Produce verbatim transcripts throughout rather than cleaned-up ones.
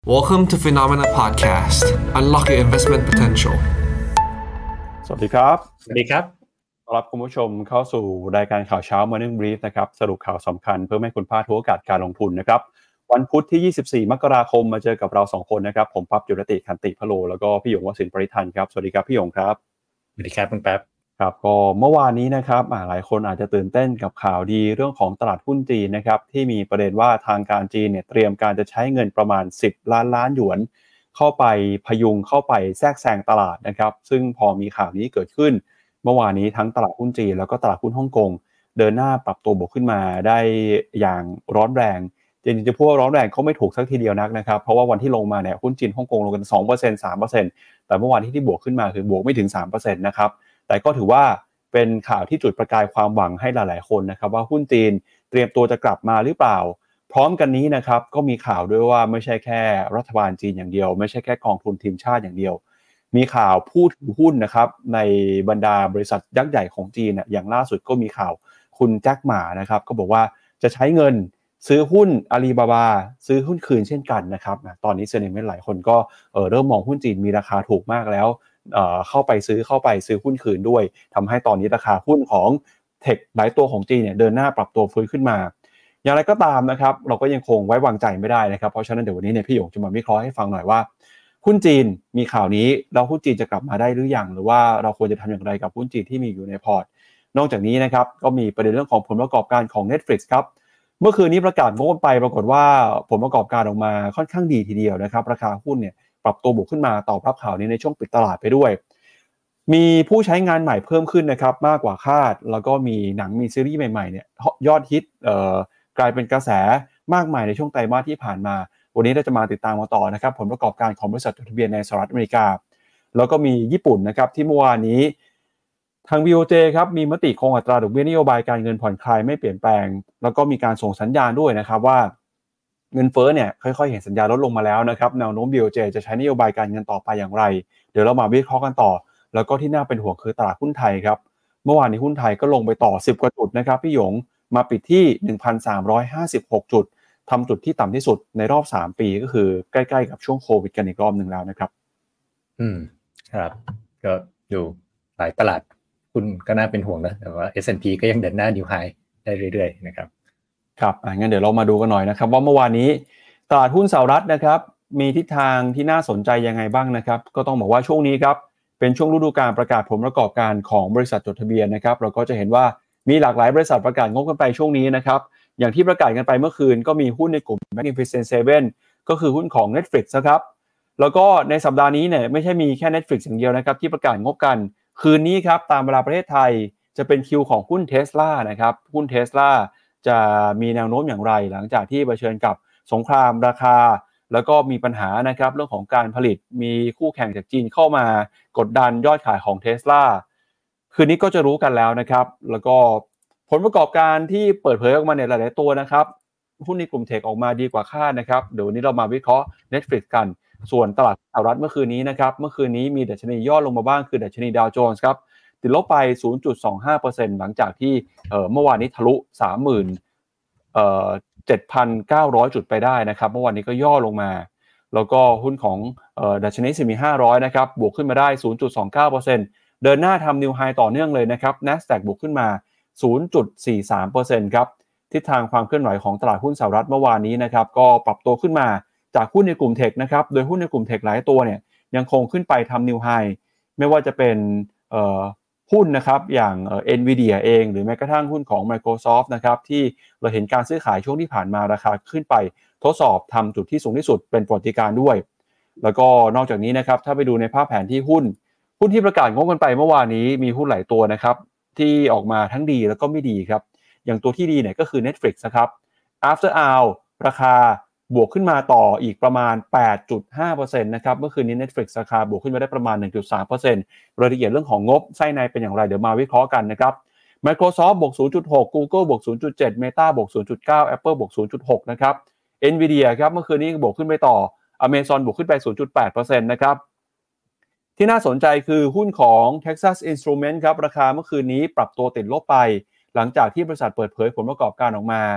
Welcome to Phenomena Podcast. Unlock your investment potential. สวัสดีครับสวัสดีครับต้อนรับคุณผู้ชมเข้าสู่รายการข่าวเช้า Morning Brief นะครับสรุปข่าวสำคัญเพื่อให้คุณพลาดทุกโอกาสการลงทุนนะครับวันพุธที่ยี่สิบสี่มกราคมมาเจอกับเราสองคนนะครับผมปั๊บจุรติขันติพโลแล้วก็พี่หยงวสินทร์ปริทันครับสวัสดีครับพี่หยงครับสวัสดีครับคุณแป๊บครับก็เมื่อวานนี้นะครับหลายคนอาจจะตื่นเต้นกับข่าวดีเรื่องของตลาดหุ้นจีนนะครับที่มีประเด็นว่าทางการจีนเนี่ยเตรียมการจะใช้เงินประมาณสิบล้านล้านหยวนเข้าไปพยุงเข้าไปแทรกแซงตลาดนะครับซึ่งพอมีข่าวนี้เกิดขึ้นเมื่อวานนี้ทั้งตลาดหุ้นจีนแล้วก็ตลาดหุ้นฮ่องกงเดินหน้าปรับตัวบวกขึ้นมาได้อย่างร้อนแรงจริงๆจะพูดว่าร้อนแรงเขาไม่ถูกสักทีเดียวนักนะครับเพราะว่าวันที่ลงมาเนี่ยหุ้นจีนฮ่องกงลงกัน สองเปอร์เซ็นต์ สามเปอร์เซ็นต์ แต่เมื่อวานที่ที่บวกขึ้นมาคือบวกไม่ถึง สามเปอร์เซ็นต์ นะครับแต่ก็ถือว่าเป็นข่าวที่จุดประกายความหวังให้หลายๆคนนะครับว่าหุ้นจีนเตรียมตัวจะกลับมาหรือเปล่าพร้อมกันนี้นะครับก็มีข่าวด้วยว่าไม่ใช่แค่รัฐบาลจีนอย่างเดียวไม่ใช่แค่กองทุนทีมชาติอย่างเดียวมีข่าวผู้ถือหุ้นนะครับในบรรดาบริษัทยักษ์ใหญ่ของจีนอย่างล่าสุดก็มีข่าวคุณแจ็คหม่านะครับก็บอกว่าจะใช้เงินซื้อหุ้นอาลีบาบาซื้อหุ้นคืนเช่นกันนะครับตอนนี้เซนิเมนต์หลายคนก็เอ่อเริ่มมองหุ้นจีนมีราคาถูกมากแล้วเอ่อเข้าไปซื้อเข้าไปซื้อหุ้นคืนด้วยทำให้ตอนนี้ราคาหุ้นของเทคหลายตัวของจีนเนี่ยเดินหน้าปรับตัวฟื้นขึ้นมาอย่างไรก็ตามนะครับเราก็ยังคงไว้วางใจไม่ได้นะครับเพราะฉะนั้นเดี๋ยววันนี้เนี่ยพี่หยงจะมาวิเคราะห์ให้ฟังหน่อยว่าหุ้นจีนมีข่าวนี้แล้วหุ้นจีนจะกลับมาได้หรือยังหรือว่าเราควรจะทำอย่างไรกับหุ้นจีนที่มีอยู่ในพอร์ตนอกจากนี้นะครับก็มีประเด็นเรื่องของผลประกอบการของ Netflix ครับเมื่อคืนนี้ประกาศงบไปปรากฏว่าผลประกอบการออกมาค่อนข้างดีทีเดียวนะครับราคาหุ้นเนี่ยปรับตัวบวกขึ้นมาตอบรับข่าวนี้ในช่วงปิดตลาดไปด้วยมีผู้ใช้งานใหม่เพิ่มขึ้นนะครับมากกว่าคาดแล้วก็มีหนังมีซีรีส์ใหม่ๆเนี่ยยอดฮิตเอ่อกลายเป็นกระแสมากมายในช่วงไตรมาสที่ผ่านมาวันนี้เราจะมาติดตามกันต่อนะครับผลประกอบการของบริษัทจดทะเบียนในสหรัฐอเมริกาแล้วก็มีญี่ปุ่นนะครับที่เมื่อวานนี้ทาง บี โอ เจ ครับมีมติคงอัตราดอกเบี้ยนโยบายการเงินผ่อนคลายไม่เปลี่ยนแปลงแล้วก็มีการส่งสัญญาณด้วยนะครับว่าเงินเฟ้อเนี่ยค่อยๆเห็นสัญญาณลดลงมาแล้วนะครับแนวโน้ม บี โอ เจ จะใช้นโยบายการเงินต่อไปอย่างไรเดี๋ยวเรามาวิเคราะห์กันต่อแล้วก็ที่น่าเป็นห่วงคือตลาดหุ้นไทยครับเมื่อวานนี้หุ้นไทยก็ลงไปต่อสิบกว่าจุดนะครับพี่หยงมาปิดที่ หนึ่งพันสามร้อยห้าสิบหก จุดทำจุดที่ต่ำที่สุดในรอบสามปีก็คือใกล้ๆกับช่วงโควิดกันอีกรอบนึงแล้วนะครับอืมครับก็อยู่หลายตลาดหุ้นก็น่าเป็นห่วงนะแต่ว่า เอส แอนด์ พี ก็ยังเดินหน้านิวไฮได้เรื่อยๆนะครับครับอ่ะงั้นเดี๋ยวเรามาดูกันหน่อยนะครับว่าเมื่อวานนี้ตลาดหุ้นสหรัฐนะครับมีทิศทางที่น่าสนใจยังไงบ้างนะครับก็ต้องบอกว่าช่วงนี้ครับเป็นช่วงฤดูกาลประกาศผลประกอบการของบริษัทจดทะเบียนนะครับเราก็จะเห็นว่ามีหลากหลายบริษัทประกาศงบกันไปช่วงนี้นะครับอย่างที่ประกาศกันไปเมื่อคืนก็มีหุ้นในกลุ่ม Magnificent เซเว่นก็คือหุ้นของ Netflix นะครับแล้วก็ในสัปดาห์นี้เนี่ยไม่ใช่มีแค่ Netflix อย่างเดียวนะครับที่ประกาศงบกันคืนนี้ครับตามเวลาประเทศไทยจะเป็นคิวของหุ้น Tesla นะครับหุ้น Tesla จะมีแนวโน้มอย่างไรหลังจากที่เผชิญกับสงครามราคาแล้วก็มีปัญหานะครับเรื่องของการผลิตมีคู่แข่งจากจีนเข้ามากดดันยอดขายของ Tesla คืนนี้ก็จะรู้กันแล้วนะครับแล้วก็ผลประกอบการที่เปิดเผยออกมาเนี่ยหลายๆตัวนะครับหุ้นในกลุ่มเทคออกมาดีกว่าคาดนะครับเดี๋ยววันนี้เรามาวิเคราะห์ Netflix กันส่วนตลาดสหรัฐเมื่อคืนนี้นะครับเมื่อคืนนี้มีดัชนีย่อลงมาบ้างคือดัชนีดาวโจนส์ครับติดลบไป ศูนย์จุดสองห้าเปอร์เซ็นต์ หลังจากที่เอ่อเมื่อวานนี้ทะลุ สามหมื่น เอ่อ เจ็ดพันเก้าร้อย จุดไปได้นะครับเมื่อวานนี้ก็ย่อลงมาแล้วก็หุ้นของเอ่อดัชนี เอส แอนด์ พี ห้าร้อยนะครับบวกขึ้นมาได้ ศูนย์จุดสองเก้าเปอร์เซ็นต์ เดินหน้าทำนิวไฮต่อเนื่องเลยนะครับ NASDAQ บวกขึ้นมา ศูนย์จุดสี่สามเปอร์เซ็นต์ ครับทิศทางความเคลื่อนไหวของตลาดหุ้นสหรัฐเมื่อวานนี้นะครับก็ปรับตัวขึ้นมาจากหุ้นในกลุ่มเทคนะครับโดยหุ้นในกลุ่มเทคหลายตัวเนี่ยยังคงขึ้นไปทำนิวไฮไม่ว่าจะเป็นเอ่อหุ้นนะครับอย่างเอ่อ Nvidia เองหรือแม้กระทั่งหุ้นของ Microsoft นะครับที่เราเห็นการซื้อขายช่วงที่ผ่านมาราคาขึ้นไปทดสอบทำจุดที่สูงที่สุดเป็นประวัติการณ์ด้วยแล้วก็นอกจากนี้นะครับถ้าไปดูในภาพแผนที่หุ้นหุ้นที่ประกาศงบกันไปเมื่อวานนี้มีหุ้นหลายตัวนะครับที่ออกมาทั้งดีแล้วก็ไม่ดีครับอย่างตัวที่ดีเนี่ยก็คือ Netflix นะครับ After Hours ราคาบวกขึ้นมาต่ออีกประมาณ แปดจุดห้าเปอร์เซ็นต์ นะครับเมื่อคืนนี้ Netflix ราคาบวกขึ้นมาได้ประมาณ หนึ่งจุดสามเปอร์เซ็นต์ รายละเอียดเรื่องของงบไส้ในเป็นอย่างไรเดี๋ยวมาวิเคราะห์กันนะครับ Microsoft บวก ศูนย์จุดหก Google บวก ศูนย์จุดเจ็ด Meta บวก ศูนย์จุดเก้า Apple บวก ศูนย์จุดหก นะครับ Nvidia ครับเมื่อคืนนี้บวกขึ้นไปต่อ Amazon บวกขึ้นไป ศูนย์จุดแปดเปอร์เซ็นต์ นะครับที่น่าสนใจคือหุ้นของ Texas Instruments ครับราคาเมื่อคืนนี้ปรับตัวติดลบไปหลังจากที่บริษัทเปิดเผยผลประกอบการออกมา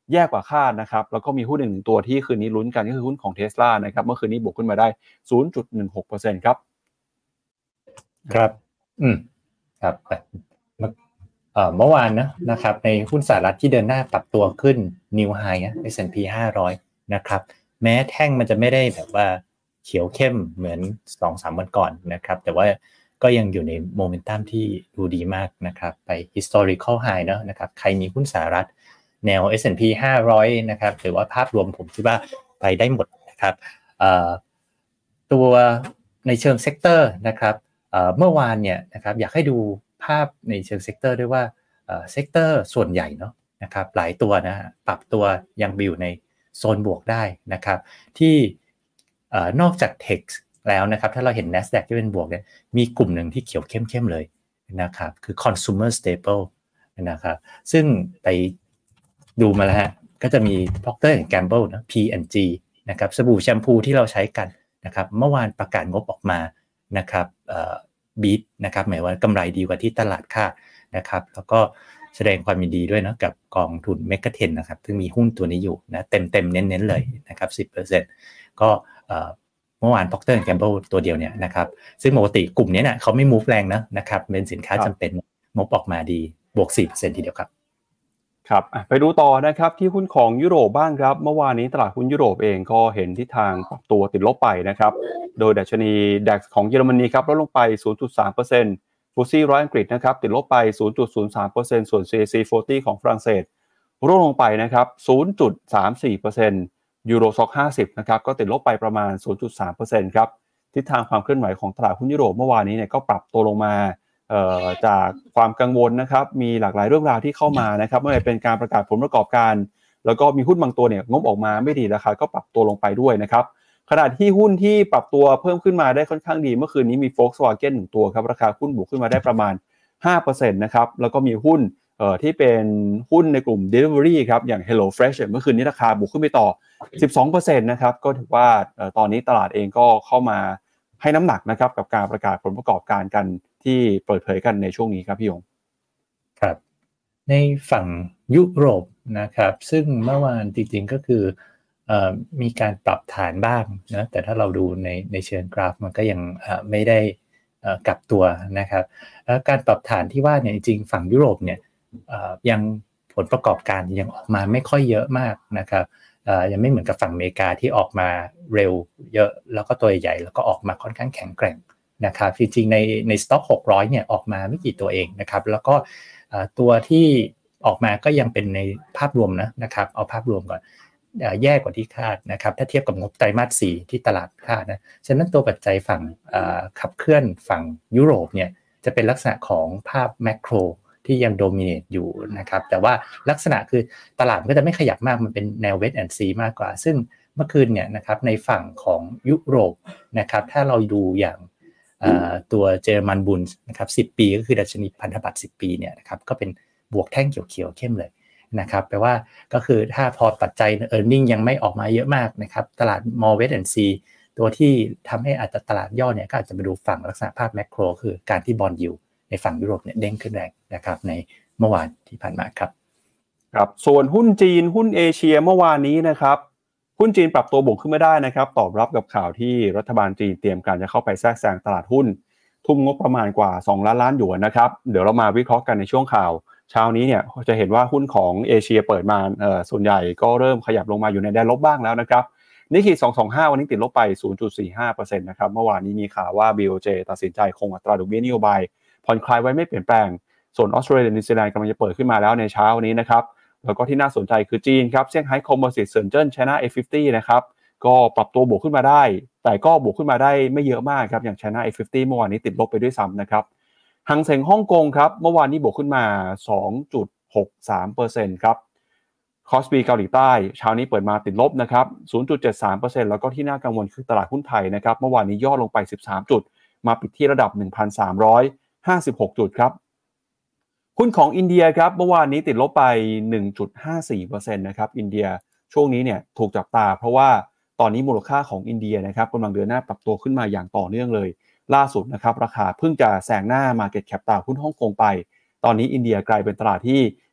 แย่กว่าคาดนะครับแล้วก็มีหุ้นอีกหนึ่งตัวที่คืนนี้ลุ้นกันก็คือหุ้นของ Tesla นะครับเมื่อคืนนี้บวกขึ้นมาได้ ศูนย์จุดหนึ่งหกเปอร์เซ็นต์ ครับครับอืมครับเอ่อเมื่อวานนะนะครับในหุ้นสหรัฐที่เดินหน้าปรับตัวขึ้น New High นะ เอส แอนด์ พี ห้าร้อยนะครับแม้แท่งมันจะไม่ได้แบบว่าเขียวเข้มเหมือน สองถึงสาม วันก่อนนะครับแต่ว่าก็ยังอยู่ในโมเมนตัมที่ดูดีมากนะครับไป historical high เนอะนะครับใครมีหุ้นสหรัฐแนว เอส แอนด์ พี ห้าร้อยนะครับหรือว่าภาพรวมผมคิดว่าไปได้หมดนะครับเอ่อตัวในเชิงเซกเตอร์นะครับเอ่อเมื่อวานเนี่ยนะครับอยากให้ดูภาพในเชิงเซกเตอร์ด้วยว่าเอ่อเซกเตอร์ส่วนใหญ่เนาะนะครับหลายตัวนะปรับตัวยังไปอยู่ในโซนบวกได้นะครับที่เอ่อนอกจาก Tech แล้วนะครับถ้าเราเห็น NASDAQ ที่เป็นบวกเนี่ยมีกลุ่มหนึ่งที่เขียวเข้มๆเลยนะครับคือ consumer staple นะครับซึ่งไปดูมาแล้วฮะก็จะมี Procter แอนด์ Gamble นะ พี แอนด์ จี นะครับสบู่แชมพูที่เราใช้กันนะครับเมื่อวานประกาศงบออกมานะครับเอ่อบีทนะครับหมายว่ากำไรดีกว่าที่ตลาดคาดนะครับแล้วก็แสดงความยินดีด้วยนะกับกองทุนเมกะเทนนะครับซึ่งมีหุ้นตัวนี้อยู่นะเต็มๆเน้นๆเลยนะครับ สิบเปอร์เซ็นต์ ก็เอ่อเมื่อวาน Procter แอนด์ Gamble ตัวเดียวเนี่ยนะครับซึ่งปกติกลุ่มนี้เนี่ยเขาไม่ move แรงนะนะครับเป็นสินค้าจำเป็นงบออกมาดีบวก สี่เปอร์เซ็นต์ ทีเดียวครับครับไปดูต่อนะครับที่หุ้นของยุโรปบ้างครับเมื่อวานนี้ตลาดหุ้นยุโรปเองก็เห็นทิศทางปรับตัวติดลบไปนะครับโดยดัชนี ดัค ของเยอรมนีครับลดลงไป ศูนย์จุดสามเปอร์เซ็นต์ ฟุตซี่ร้อยอังกฤษนะครับติดลบไป ศูนย์จุดศูนย์สามเปอร์เซ็นต์ ส่วน ซี เอ ซี สี่สิบของฝรั่งเศสร่วงลงไปนะครับ ศูนย์จุดสามสี่เปอร์เซ็นต์ ยูโรซ็อกห้าสิบนะครับก็ติดลบไปประมาณ ศูนย์จุดสามเปอร์เซ็นต์ ครับทิศทางความเคลื่อนไหวของตลาดหุ้นยุโรปเมื่อวานนี้เนี่ยก็ปรับตัวลงมาจากความกังวลนะครับมีหลากหลายเรื่องราวที่เข้ามานะครับไม่ว่าเป็นการประกาศผลประกอบการแล้วก็มีหุ้นบางตัวเนี่ยงบออกมาไม่ดีราคาก็ปรับตัวลงไปด้วยนะครับขณะที่หุ้นที่ปรับตัวเพิ่มขึ้นมาได้ค่อนข้างดีเมื่อคืนนี้มี Volkswagen หนึ่งตัวครับราคาหุ้นบวกขึ้นมาได้ประมาณ ห้าเปอร์เซ็นต์ นะครับแล้วก็มีหุ้นเอ่อที่เป็นหุ้นในกลุ่ม Delivery ครับอย่าง Hello Fresh เมื่อคืนนี้ราคาบวกขึ้นไปต่อ สิบสองเปอร์เซ็นต์ นะครับก็ถือว่าเอ่อตอนนี้ตลาดเองก็เข้ามาให้น้ำหนักนะครับกับการประกาศผลประกอบการกันที่เปิดเผยกันในช่วงนี้ครับพี่ยงครับในฝั่งยุโรปนะครับซึ่งเมื่อวานจริงๆก็คือเอ่อมีการปรับฐานบ้างนะแต่ถ้าเราดูในในเชิงกราฟมันก็ยังเอ่อไม่ได้เอ่อกลับตัวนะครับแล้วการปรับฐานที่ว่าเนี่ยจริงๆฝั่งยุโรปเนี่ยเอ่อยังผลประกอบการยังออกมาไม่ค่อยเยอะมากนะครับเอ่อยังไม่เหมือนกับฝั่งอเมริกาที่ออกมาเร็วเยอะแล้วก็ตัวใหญ่แล้วก็ออกมาค่อนข้างแข็งแกร่งนะครับจริงๆในในสต็อกหกร้อยเนี่ยออกมาไม่กี่ตัวเองนะครับแล้วก็ตัวที่ออกมาก็ยังเป็นในภาพรวมนะนะครับเอาภาพรวมก่อนแย่กว่าที่คาดนะครับถ้าเทียบกับงบไตรมาสสี่ที่ตลาดคาดนะฉะนั้นตัวปัจจัยฝั่งขับเคลื่อนฝั่งยุโรปเนี่ยจะเป็นลักษณะของภาพแมคโครที่ยังโดมิเนตอยู่นะครับแต่ว่าลักษณะคือตลาดก็จะไม่ขยับมากมันเป็นแนวเวทแอนด์ซีมากกว่าซึ่งเมื่อคืนเนี่ยนะครับในฝั่งของยุโรปนะครับถ้าเราดูอย่างตัวเยอรมันบุนส์นะครับสิบปีก็คือดัชนีพันธบัตรสิบปีเนี่ยนะครับก็เป็นบวกแท่งเขียวๆเข้มเลยนะครับแปลว่าก็คือถ้าพอปัจจัย earning ยังไม่ออกมาเยอะมากนะครับตลาด more wait and see ตัวที่ทำให้อาจจะตลาดย่อเนี่ยก็อาจจะไปดูฝั่งลักษณะภาพแมคโครคือการที่บอนด์ยิลด์ในฝั่งยุโรปเนี่ยเด้งขึ้นแรงนะครับในเมื่อวานที่ผ่านมาครับครับส่วนหุ้นจีนหุ้นเอเชียเมื่อวานนี้นะครับหุ้นจีนปรับตัวบวกขึ้นมาได้นะครับตอบรับกับข่าวที่รัฐบาลจีนเตรียมการจะเข้าไปแทรกแซงตลาดหุ้นทุ่มงบประมาณกว่าสองล้านล้านหยวนนะครับเดี๋ยวเรามาวิเคราะห์กันในช่วงข่าวเช้านี้เนี่ยจะเห็นว่าหุ้นของเอเชียเปิดมาเอ่อส่วนใหญ่ก็เริ่มขยับลงมาอยู่ในแดนลบบ้างแล้วนะครับนิกเกอิสองร้อยยี่สิบห้าวันนี้ติดลบไป ศูนย์จุดสี่ห้าเปอร์เซ็นต์ นะครับเมื่อวานนี้มีข่าวว่า บี โอ เจ ตัดสินใจคงอัตราดอกเบี้ยนโยบายผ่อนคลายไว้ไม่เปลี่ยนแปลงส่วนออสเตรเลียนิวซีแลนด์กำลังจะเปิดขึ้นมาแล้วในเช้านี้นะครับแล้วก็ที่น่าสนใจคือจีนครับเซี่ยงไฮ้คอมโพสิตเซินเจิ้นไชน่า เอฟ ห้าสิบ นะครับก็ปรับตัวบวกขึ้นมาได้แต่ก็บวกขึ้นมาได้ไม่เยอะมากครับอย่าง China เอฟ ห้าสิบ เมื่อวานนี้ติดลบไปด้วยซ้ำนะครับหังเส็งฮ่องกงครับเมื่อวานนี้บวกขึ้นมา สองจุดหกสามเปอร์เซ็นต์ ครับคอสปีเกาหลีใต้เช้านี้เปิดมาติดลบนะครับ ศูนย์จุดเจ็ดสามเปอร์เซ็นต์ แล้วก็ที่น่ากังวลคือตลาดหุ้นไทยนะครับเมื่อวานนี้ย่อลงไปสิบสามจุดมาปิดที่ระดับ หนึ่งพันสามร้อยห้าสิบหก จุดครับหุ้นของอินเดียครับเมื่อวานนี้ติดลบไป หนึ่งจุดห้าสี่เปอร์เซ็นต์ นะครับอินเดียช่วงนี้เนี่ยถูกจับตาเพราะว่าตอนนี้มูลค่าของอินเดียนะครับกำลังเดินหน้าปรับตัวขึ้นมาอย่างต่อเนื่องเลยล่าสุดนะครับราคาเพิ่งจะแซงหน้า Market Cap ตลาดหุ้นฮ่องกงไปตอนนี้อินเดียกลายเป็นตลาดที่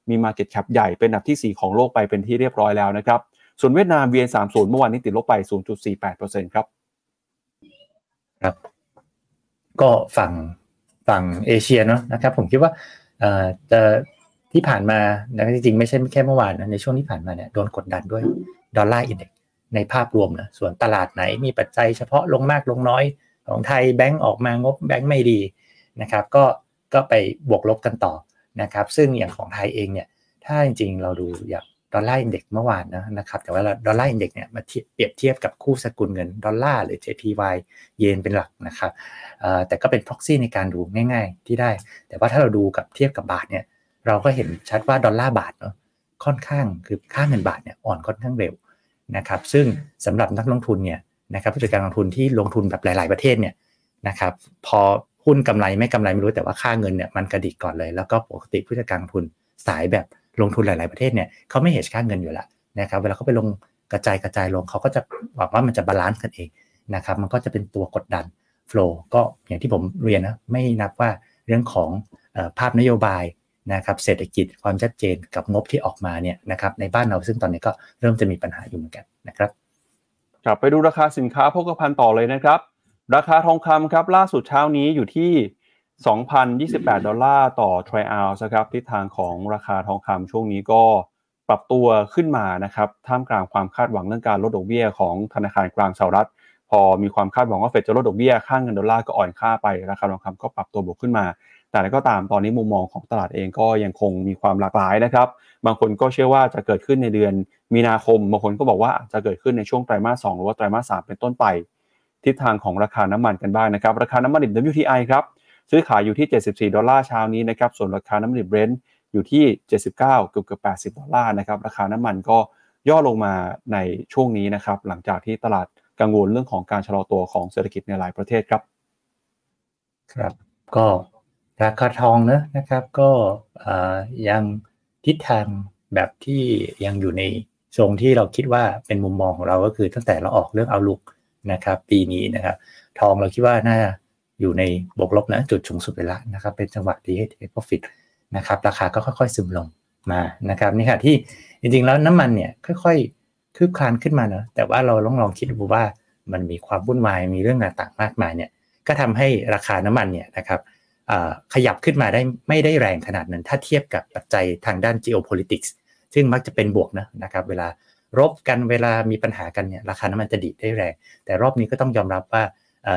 มี market cap ใหญ่เป็นอันดับที่สี่ของโลกไปเป็นที่เรียบร้อยแล้วนะครับส่วนเวียดนาม วี เอ็น สามสิบ เมื่อวานนี้ติดลบไป ศูนย์จุดสี่แปดเปอร์เซ็นต์ ครับครับก็ฝั่งฝั่งเอเชียเนาะนะครับผมคิดว่าเอ่อจะที่ผ่านมานะจริงๆไม่ใช่แค่เมื่อวานนะในช่วงที่ผ่านมาเนี่ยโดนกดดันด้วยดอลลาร์อินเด็กซ์ในภาพรวมนะส่วนตลาดไหนมีปัจจัยเฉพาะลงมากลงน้อยของไทยแบงก์ออกมางบแบงก์ไม่ดีนะครับก็ก็ไปบวกลบกันต่อนะครับซึ่งอย่างของไทยเองเนี่ยถ้าจริงๆเราดูอย่างดอลลาร์อินเด็กซ์เมื่อวานนะนะครับแต่ว่าดอลลาร์อินเด็กซ์เนี่ยมาเปรียบเทียบกับคู่สกุลเงินดอลลาร์หรือ เจ พี วาย เยนเป็นหลักนะครับเอ่อแต่ก็เป็น proxy ในการดูง่ายๆที่ได้แต่ว่าถ้าเราดูกับเทียบกับบาทเนี่ยเราก็เห็นชัดว่าดอลลาร์บาทเนาะค่อนข้างคือค่าเงินบาทเนี่ยอ่อนค่อนข้างเร็วนะครับซึ่งสำหรับนักลงทุนเนี่ยนะครับผู้จัดการลงทุนที่ลงทุนแบบหลายๆประเทศเนี่ยนะครับพอหุ้นกำไรไม่กำไรไม่รู้แต่ว่าค่าเงินเนี่ยมันกระดิกก่อนเลยแล้วก็ปกติผู้จัดการลงทุนสายแบบลงทุนหลายๆประเทศเนี่ยเขาไม่เห็นค่าเงินอยู่แล้วนะครับเวลาเขาไปลงกระจายกระจายลงเขาก็จะหวังว่ามันจะบาลานซ์กันเองนะครับมันก็จะเป็นตัวกดดันโฟลว์ก็อย่างที่ผมเรียนนะไม่นับว่าเรื่องของเอ่อภาพนโยบายนะครับเศรษฐกิจความชัดเจนกับงบที่ออกมาเนี่ยนะครับในบ้านเราซึ่งตอนนี้ก็เริ่มจะมีปัญหาอยู่เหมือนกันนะครับกลับไปดูราคาสินค้าโภคภัณฑ์ต่อเลยนะครับราคาทองคำครับล่าสุดเช้านี้อยู่ที่ สองพันยี่สิบแปด ดอลลาร์ต่อทรัลล์ออนซ์ครับทิศทางของราคาทองคำช่วงนี้ก็ปรับตัวขึ้นมานะครับท่ามกลางความคาดหวังเรื่องการลดดอกเบี้ยของธนาคารกลางสหรัฐพอมีความคาดหวังว่าเฟดจะลดดอกเบี้ยค่าเงินดอลลาร์ก็อ่อนค่าไปราคาทองคำก็ปรับตัวบวกขึ้นมาแต่ก็ตามตอนนี้มุมมองของตลาดเองก็ยังคงมีความหลากหลายนะครับบางคนก็เชื่อว่าจะเกิดขึ้นในเดือนมีนาคมบางคนก็บอกว่าอาจจะเกิดขึ้นในช่วงไตรมาสสองหรือว่าไตรมาสสามเป็นต้นไปทิศทางของราคาน้ำมันกันบ้างนะครับราคาน้ำมันดิบ ดับเบิลยู ที ไอ ครับซื้อขายอยู่ที่เจ็ดสิบสี่ดอลลาร์เช้านี้นะครับส่วนราคาน้ำมันดิบ Brent อยู่ที่เจ็ดสิบเก้าเกือบๆแปดสิบดอลลาร์นะครับราคาน้ำมันก็ย่อลงมาในช่วงนี้นะครับหลังจากที่ตลาดกังวลเรื่องของการชะลอตัวของเศรษฐกิจในหลายประเทศครับครับก็ราคาทองนะนะครับก็ยังทิศทางแบบที่ยังอยู่ในทรงที่เราคิดว่าเป็นมุมมองของเราก็คือตั้งแต่เราออกเรื่อง outlook นะครับปีนี้นะครับทองเราคิดว่าน่าอยู่ในบวกลบนะจุดสูงสุดไปแล้วนะครับเป็นจังหวะที่ให้ take profit นะครับราคาก็ค่อยๆซึมลงมานะครับนี่ค่ะที่จริงๆแล้วน้ำมันเนี่ยค่อยๆคืบคลานขึ้นมานะแต่ว่าเราลองลองคิดดูว่ามันมีความวุ่นวายมีเรื่องต่างๆมากมายเนี่ยก็ทำให้ราคาน้ำมันเนี่ยนะครับขยับขึ้นมาได้ไม่ได้แรงขนาดนั้นถ้าเทียบกับปัจจัยทางด้าน geopolitics ซึ่งมักจะเป็นบวกนะนะครับเวลารบกันเวลามีปัญหากันเนี่ยราคาน้ำมันจะดีดได้แรงแต่รอบนี้ก็ต้องยอมรับว่า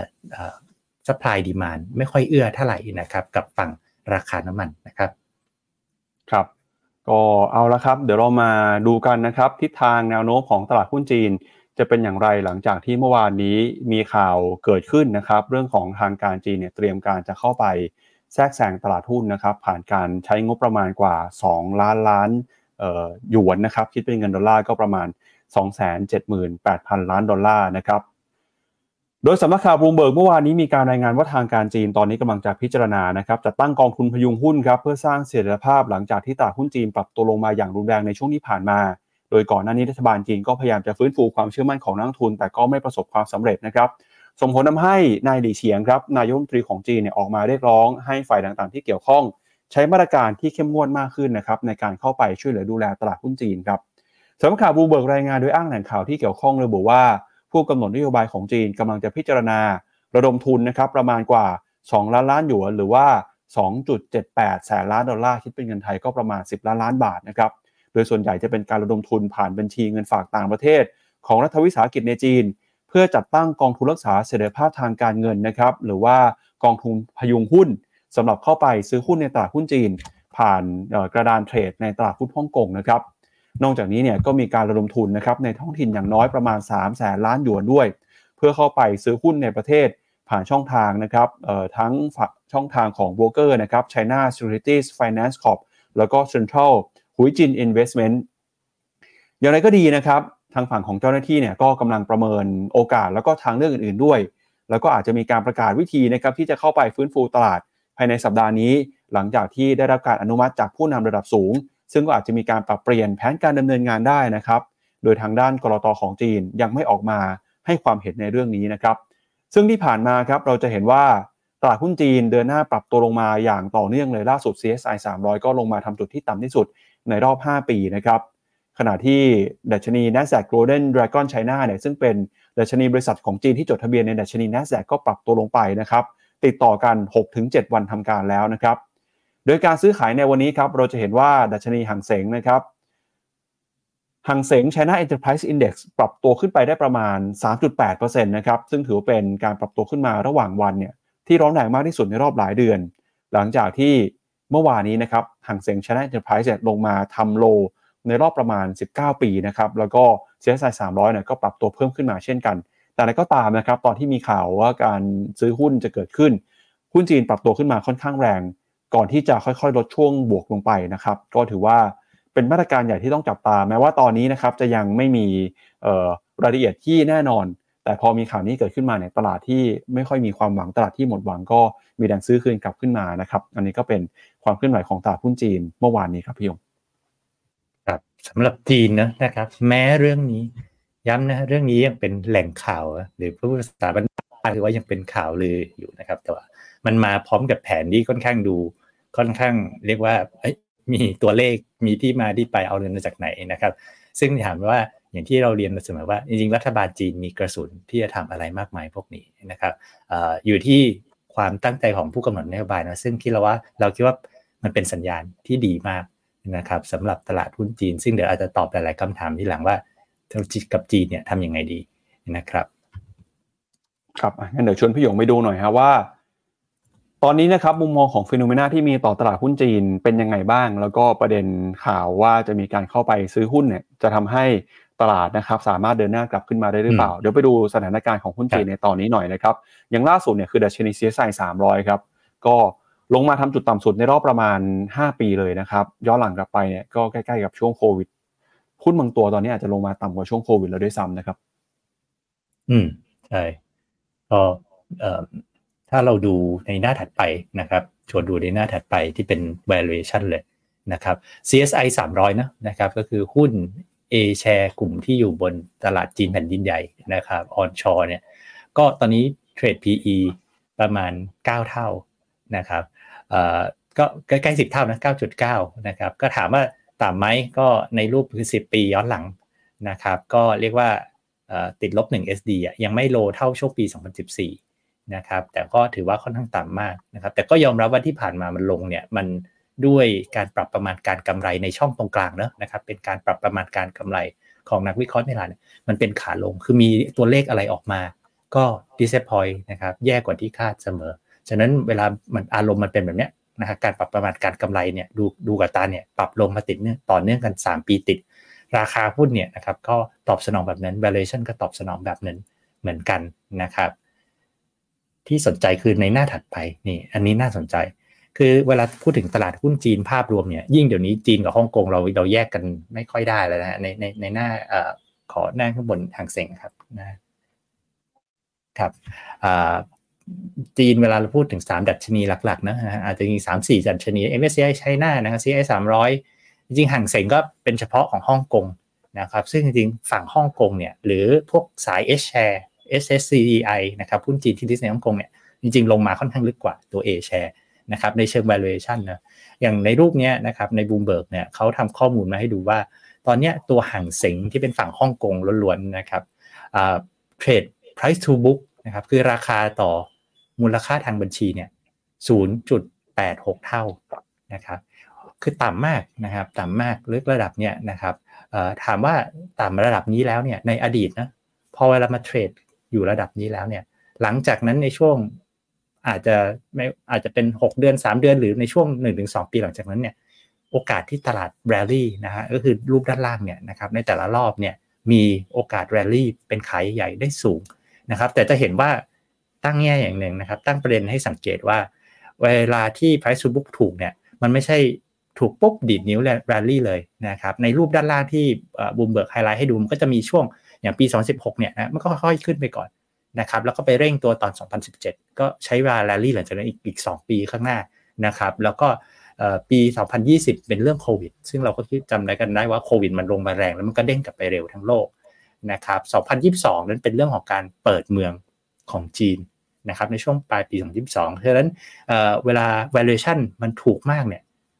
supply demand ไม่ค่อยเอื้อเท่าไหร่นะครับกับฝั่งราคาน้ำมันนะครับครับก็เอาละครับเดี๋ยวเรามาดูกันนะครับทิศทางแนวโน้มของตลาดหุ้นจีนจะเป็นอย่างไรหลังจากที่เมื่อวานนี้มีข่าวเกิดขึ้นนะครับเรื่องของทางการจีนเนี่ยเตรียมการจะเข้าไปแทรกแซงตลาดหุ้นนะครับผ่านการใช้งบประมาณกว่าสองล้านล้านเอ่อหยวนนะครับคิดเป็นเงินดอลลาร์ก็ประมาณ สองแสนเจ็ดหมื่นแปดพัน ล้านดอลลาร์นะครับโดยสำนักข่าวบลูมเบิร์กเมื่อวานนี้มีการรายงานว่าทางการจีนตอนนี้กำลังจะพิจารณานะครับจะตั้งกองทุนพยุงหุ้นครับเพื่อสร้างเสถียรภาพหลังจากที่ตลาดหุ้นจีนปรับตัวลงมาอย่างรุนแรงในช่วงที่ผ่านมาโดยก่อนหน้านี้รัฐบาลจีนก็พยายามจะฟื้นฟูความเชื่อมั่นของนักลงทุนแต่ก็ไม่ประสบความสำเร็จนะครับส่งผลทำให้นายหลี่เฉียงครับนายกรัฐมนตรีของจีนเนี่ยออกมาเรียกร้องให้ฝ่ายต่างๆที่เกี่ยวข้องใช้มาตรการที่เข้มงวดมากขึ้นนะครับในการเข้าไปช่วยเหลือดูแลตลาดหุ้นจีนครับสำนักข่าวบลูมเบิร์กรายงานโดยอ้างแหล่งข่าวที่เกี่ยวข้องระบุว่าผู้กำหนดนโยบายของจีนกำลังจะพิจารณาระดมทุนนะครับประมาณกว่าสองล้านล้านหยวนหรือว่า สองจุดเจ็ดแปด แสนล้านดอลลาร์คิดเป็นเงินไทยก็ประมาณสิบล้านล้านบาทนะครับโดยส่วนใหญ่จะเป็นการระดมทุนผ่านบัญชีเงินฝากต่างประเทศของรัฐวิสาหกิจในจีนเพื่อจัดตั้งกองทุนรักษาเสถียรภาพทางการเงินนะครับหรือว่ากองทุนพยุงหุ้นสำหรับเข้าไปซื้อหุ้นในตลาดหุ้นจีนผ่านกระดานเทรดในตลาดหุ้นฮ่องกงนะครับนอกจากนี้เนี่ยก็มีการระดมทุนนะครับในท้องถิ่นอย่างน้อยประมาณสามแสนล้านหยวนด้วยเพื่อเข้าไปซื้อหุ้นในประเทศผ่านช่องทางนะครับเอ่อทั้งช่องทางของโบรกเกอร์นะครับ China Securities Finance Corp แล้วก็ Central Huijin Investment อย่างไรก็ดีนะครับทางฝั่งของเจ้าหน้าที่เนี่ยก็กำลังประเมินโอกาสแล้วก็ทางเลือกอื่นๆด้วยแล้วก็อาจจะมีการประกาศวิธีนะครับที่จะเข้าไปฟื้นฟูตลาดภายในสัปดาห์นี้หลังจากที่ได้รับการอนุมัติจากผู้นำระดับสูงซึ่งก็อาจจะมีการปรับเปลี่ยนแผนการดำเนินงานได้นะครับโดยทางด้านกลต.ของจีนยังไม่ออกมาให้ความเห็นในเรื่องนี้นะครับซึ่งที่ผ่านมาครับเราจะเห็นว่าตลาดหุ้นจีนเดินหน้าปรับตัวลงมาอย่างต่อเนื่องเลยล่าสุด ซี เอส ไอ สามร้อยก็ลงมาทำจุดที่ต่ำที่สุดในรอบห้าปีนะครับขณะที่ดัชนี Nasdaq Golden Dragon China เนี่ยซึ่งเป็นดัชนีบริษัทของจีนที่จดทะเบียนในดัชนี Nasdaq ก็ปรับตัวลงไปนะครับติดต่อกัน หกถึงเจ็ด วันทำการแล้วนะครับโดยการซื้อขายในวันนี้ครับเราจะเห็นว่าดัชนีหางเส็งนะครับหางเส็ง China Enterprise Index ปรับตัวขึ้นไปได้ประมาณ สามจุดแปดเปอร์เซ็นต์ นะครับซึ่งถือว่าเป็นการปรับตัวขึ้นมาระหว่างวันเนี่ยที่ร้อนแรงมากที่สุดในรอบหลายเดือนหลังจากที่เมื่อวานนี้นะครับหางเส็ง China Enterprise ลงมาทำโลในรอบประมาณสิบเก้าปีนะครับแล้วก็ ซี เอส ไอ สามร้อยเนี่ยก็ปรับตัวเพิ่มขึ้นมาเช่นกันแต่อะไรก็ตามนะครับตอนที่มีข่าวว่าการซื้อหุ้นจะเกิดขึ้นหุ้นจีนปรับตัวขึ้นมาค่อนข้างแรงก่อนที่จะค่อยๆลดช่วงบวกลงไปนะครับก็ถือว่าเป็นมาตรการใหญ่ที่ต้องจับตาแม้ว่าตอนนี้นะครับจะยังไม่มีเอ่อรายละเอียดที่แน่นอนแต่พอมีข่าวนี้เกิดขึ้นมาเนี่ยตลาดที่ไม่ค่อยมีความหวังตลาดที่หมดหวังก็มีแรงซื้อคืนกลับขึ้นมานะครับอันนี้ก็เป็นความเคลื่อนไหวของตลาดหุ้นจีนเมื่อวานนี้ครับพี่ยงครับสำหรับจีนนะนะครับแม้เรื่องนี้ย้ำนะเรื่องนี้ยังเป็นแหล่งข่าวหรือผู้ภาษาบ้านๆคือว่ายังเป็นข่าวลืออยู่นะครับแต่ว่ามันมาพร้อมกับแผนที่ค่อนข้างดูค่อนข้างเรียกว่ามีตัวเลขมีที่มาที่ไปเอาเงินมาจากไหนนะครับซึ่งถามว่าอย่างที่เราเรียนมาเสมอว่าจริงๆรัฐบาลจีนมีกระสุนที่จะทำอะไรมากมายพวกนี้นะครับ อ, อยู่ที่ความตั้งใจของผู้กำหนดนโยบายนะซึ่งคิดเราว่าเราคิดว่ามันเป็นสัญญาณที่ดีมากนะครับสำหรับตลาดหุ้นจีนซึ่งเดี๋ยวอาจจะตอบหลายๆคำถามที่หลังว่ากับจีนเนี่ยทำยังไงดีนะครับครับงั้นเดี๋ยวชวนพี่หยงไปดูหน่อยครับว่าตอนนี้นะครับมุมมองของฟีโนเมนาที่มีต่อตลาดหุ้นจีนเป็นยังไงบ้างแล้วก็ประเด็นข่าวว่าจะมีการเข้าไปซื้อหุ้นเนี่ยจะทำให้ตลาดนะครับสามารถเดินหน้ากลับขึ้นมาได้หรือเปล่าเดี๋ยวไปดูสถานการณ์ของหุ้นจีนในตอนนี้หน่อยนะครับอย่างล่าสุดเนี่ยคือดัชนี ซี เอส ไอ สามร้อยครับก็ลงมาทำจุดต่ำสุดในรอบประมาณห้าปีเลยนะครับย้อนหลังกลับไปเนี่ยก็ใกล้ๆกับช่วงโควิดหุ้นบางตัวตอนนี้อาจจะลงมาต่ำกว่าช่วงโควิดแล้วด้วยซ้ำนะครับอืมใช่ก็เอ่อถ้าเราดูในหน้าถัดไปนะครับชวนดูในหน้าถัดไปที่เป็น valuation เลยนะครับ ซี เอส ไอ สามร้อยนะนะครับก็คือหุ้น A share กลุ่มที่อยู่บนตลาดจีนแผ่นดินใหญ่นะครับ onshore เนี่ยก็ตอนนี้เทรด พี อี ประมาณเก้าเท่านะครับเอ่อก็ใกล้ๆสิบเท่านะ เก้าจุดเก้า นะครับก็ถามว่าต่ำไหมก็ในรูปคือสิบปีย้อนหลังนะครับก็เรียกว่าเอ่อติดลบหนึ่ง เอส ดี อ่ะยังไม่โลเท่าช่วงปีสองพันสิบสี่นะครับแต่ก็ถือว่าค่อนข้างต่ำมากนะครับแต่ก็ยอมรับว่าที่ผ่านมามันลงเนี่ยมันด้วยการปรับประมาณการกำไรในช่องตรงกลางเนอะนะครับเป็นการปรับประมาณการกำไรของนักวิเคราะห์ในตลาดมันเป็นขาลงคือมีตัวเลขอะไรออกมาก็ disappoint นะครับแย่กว่าที่คาดเสมอฉะนั้นเวลามันอารมณ์มันเป็นแบบเนี้ยนะครับการปรับประมาณการกำไรเนี่ยดูดูกับตาเนี่ยปรับลงมาติดเนี่ยต่อเนื่องกันสามปีติดราคาหุ้นเนี่ยนะครับก็ตอบสนองแบบนั้น valuation ก็ตอบสนองแบบนั้นเหมือนกันนะครับที่สนใจคือในหน้าถัดไปนี่อันนี้น่าสนใจคือเวลาพูดถึงตลาดหุ้นจีนภาพรวมเนี่ยยิ่งเดี๋ยวนี้จีนกับฮ่องกงเราเราแยกกันไม่ค่อยได้แล้วนะในในในหน้าเอ่อขอหน้าข้างบนหางเส็งครับนะครับอ่าจีนเวลาเราพูดถึงสามดัชนีหลักๆนะอาจจะมี สามสี่ ดัชนี เอ็ม เอส ซี ไอ China นะครับ ซี ไอ สามร้อยจริงๆหางเส็งก็เป็นเฉพาะของฮ่องกงนะครับซึ่งจริงๆฝั่งฮ่องกงเนี่ยหรือพวกสาย H share เอส เอส ซี อี ไอ นะครับหุ้นจีนที่ลิสต์ในฮ่องกงเนี่ยจริงๆลงมาค่อนข้างลึกกว่าตัว A share นะครับในเชิง valuation นะอย่างในรูปนี้นะครับใน Bloomberg เนี่ยเขาทำข้อมูลมาให้ดูว่าตอนนี้ตัวหางเส็งที่เป็นฝั่งฮ่องกงล้วนๆนะครับอ่า trade price to book นะครับคือราคาต่อมูลค่าทางบัญชีเนี่ย ศูนย์จุดแปดหก เท่านะครับคือต่ำมากนะครับต่ำมากลึกระดับเนี่ยนะครับเอ่อถามว่าต่ำระดับนี้แล้วเนี่ยในอดีตนะพอเวลามาเทรดอยู่ระดับนี้แล้วเนี่ยหลังจากนั้นในช่วงอาจจะไม่อาจจะเป็นหกเดือนสามเดือนหรือในช่วง หนึ่งถึงสอง ปีหลังจากนั้นเนี่ยโอกาสที่ตลาด rally นะฮะก็คือรูปด้านล่างเนี่ยนะครับในแต่ละรอบเนี่ยมีโอกาส rally เป็นขายใหญ่ได้สูงนะครับแต่จะเห็นว่าตั้งแง่อย่างหนึ่งนะครับตั้งประเด็นให้สังเกตว่าเวลาที่ price to book ถูกเนี่ยมันไม่ใช่ถูกปุ๊บดีดนิ้ว rally เลยนะครับในรูปด้านล่างที่บูมเบิร์กไฮไลท์ให้ดูมันก็จะมีช่วงอย่างปีสองพันสิบหกเนี่ยนะมันก็ค่อยๆขึ้นไปก่อนนะครับแล้วก็ไปเร่งตัวตอนสองพันสิบเจ็ดก็ใช้เวลา rally หลังจากนั้นอีกอีกสองปีข้างหน้านะครับแล้วก็ปีสองพันยี่สิบเป็นเรื่องโควิดซึ่งเราก็คิดจำได้กันได้ว่าโควิดมันลงมาแรงแล้วมันก็เด้งกลับไปเร็วทั้งโลกนะครับสองพันยี่สิบสองนั้นเป็นเรื่องของการเปิดเมืองของจีนนะครับในช่วงปลายปีสองพันยี่สิบสองเพราะฉะนั้น เอ่อเวลา valuation มันถูกมากเนี่ย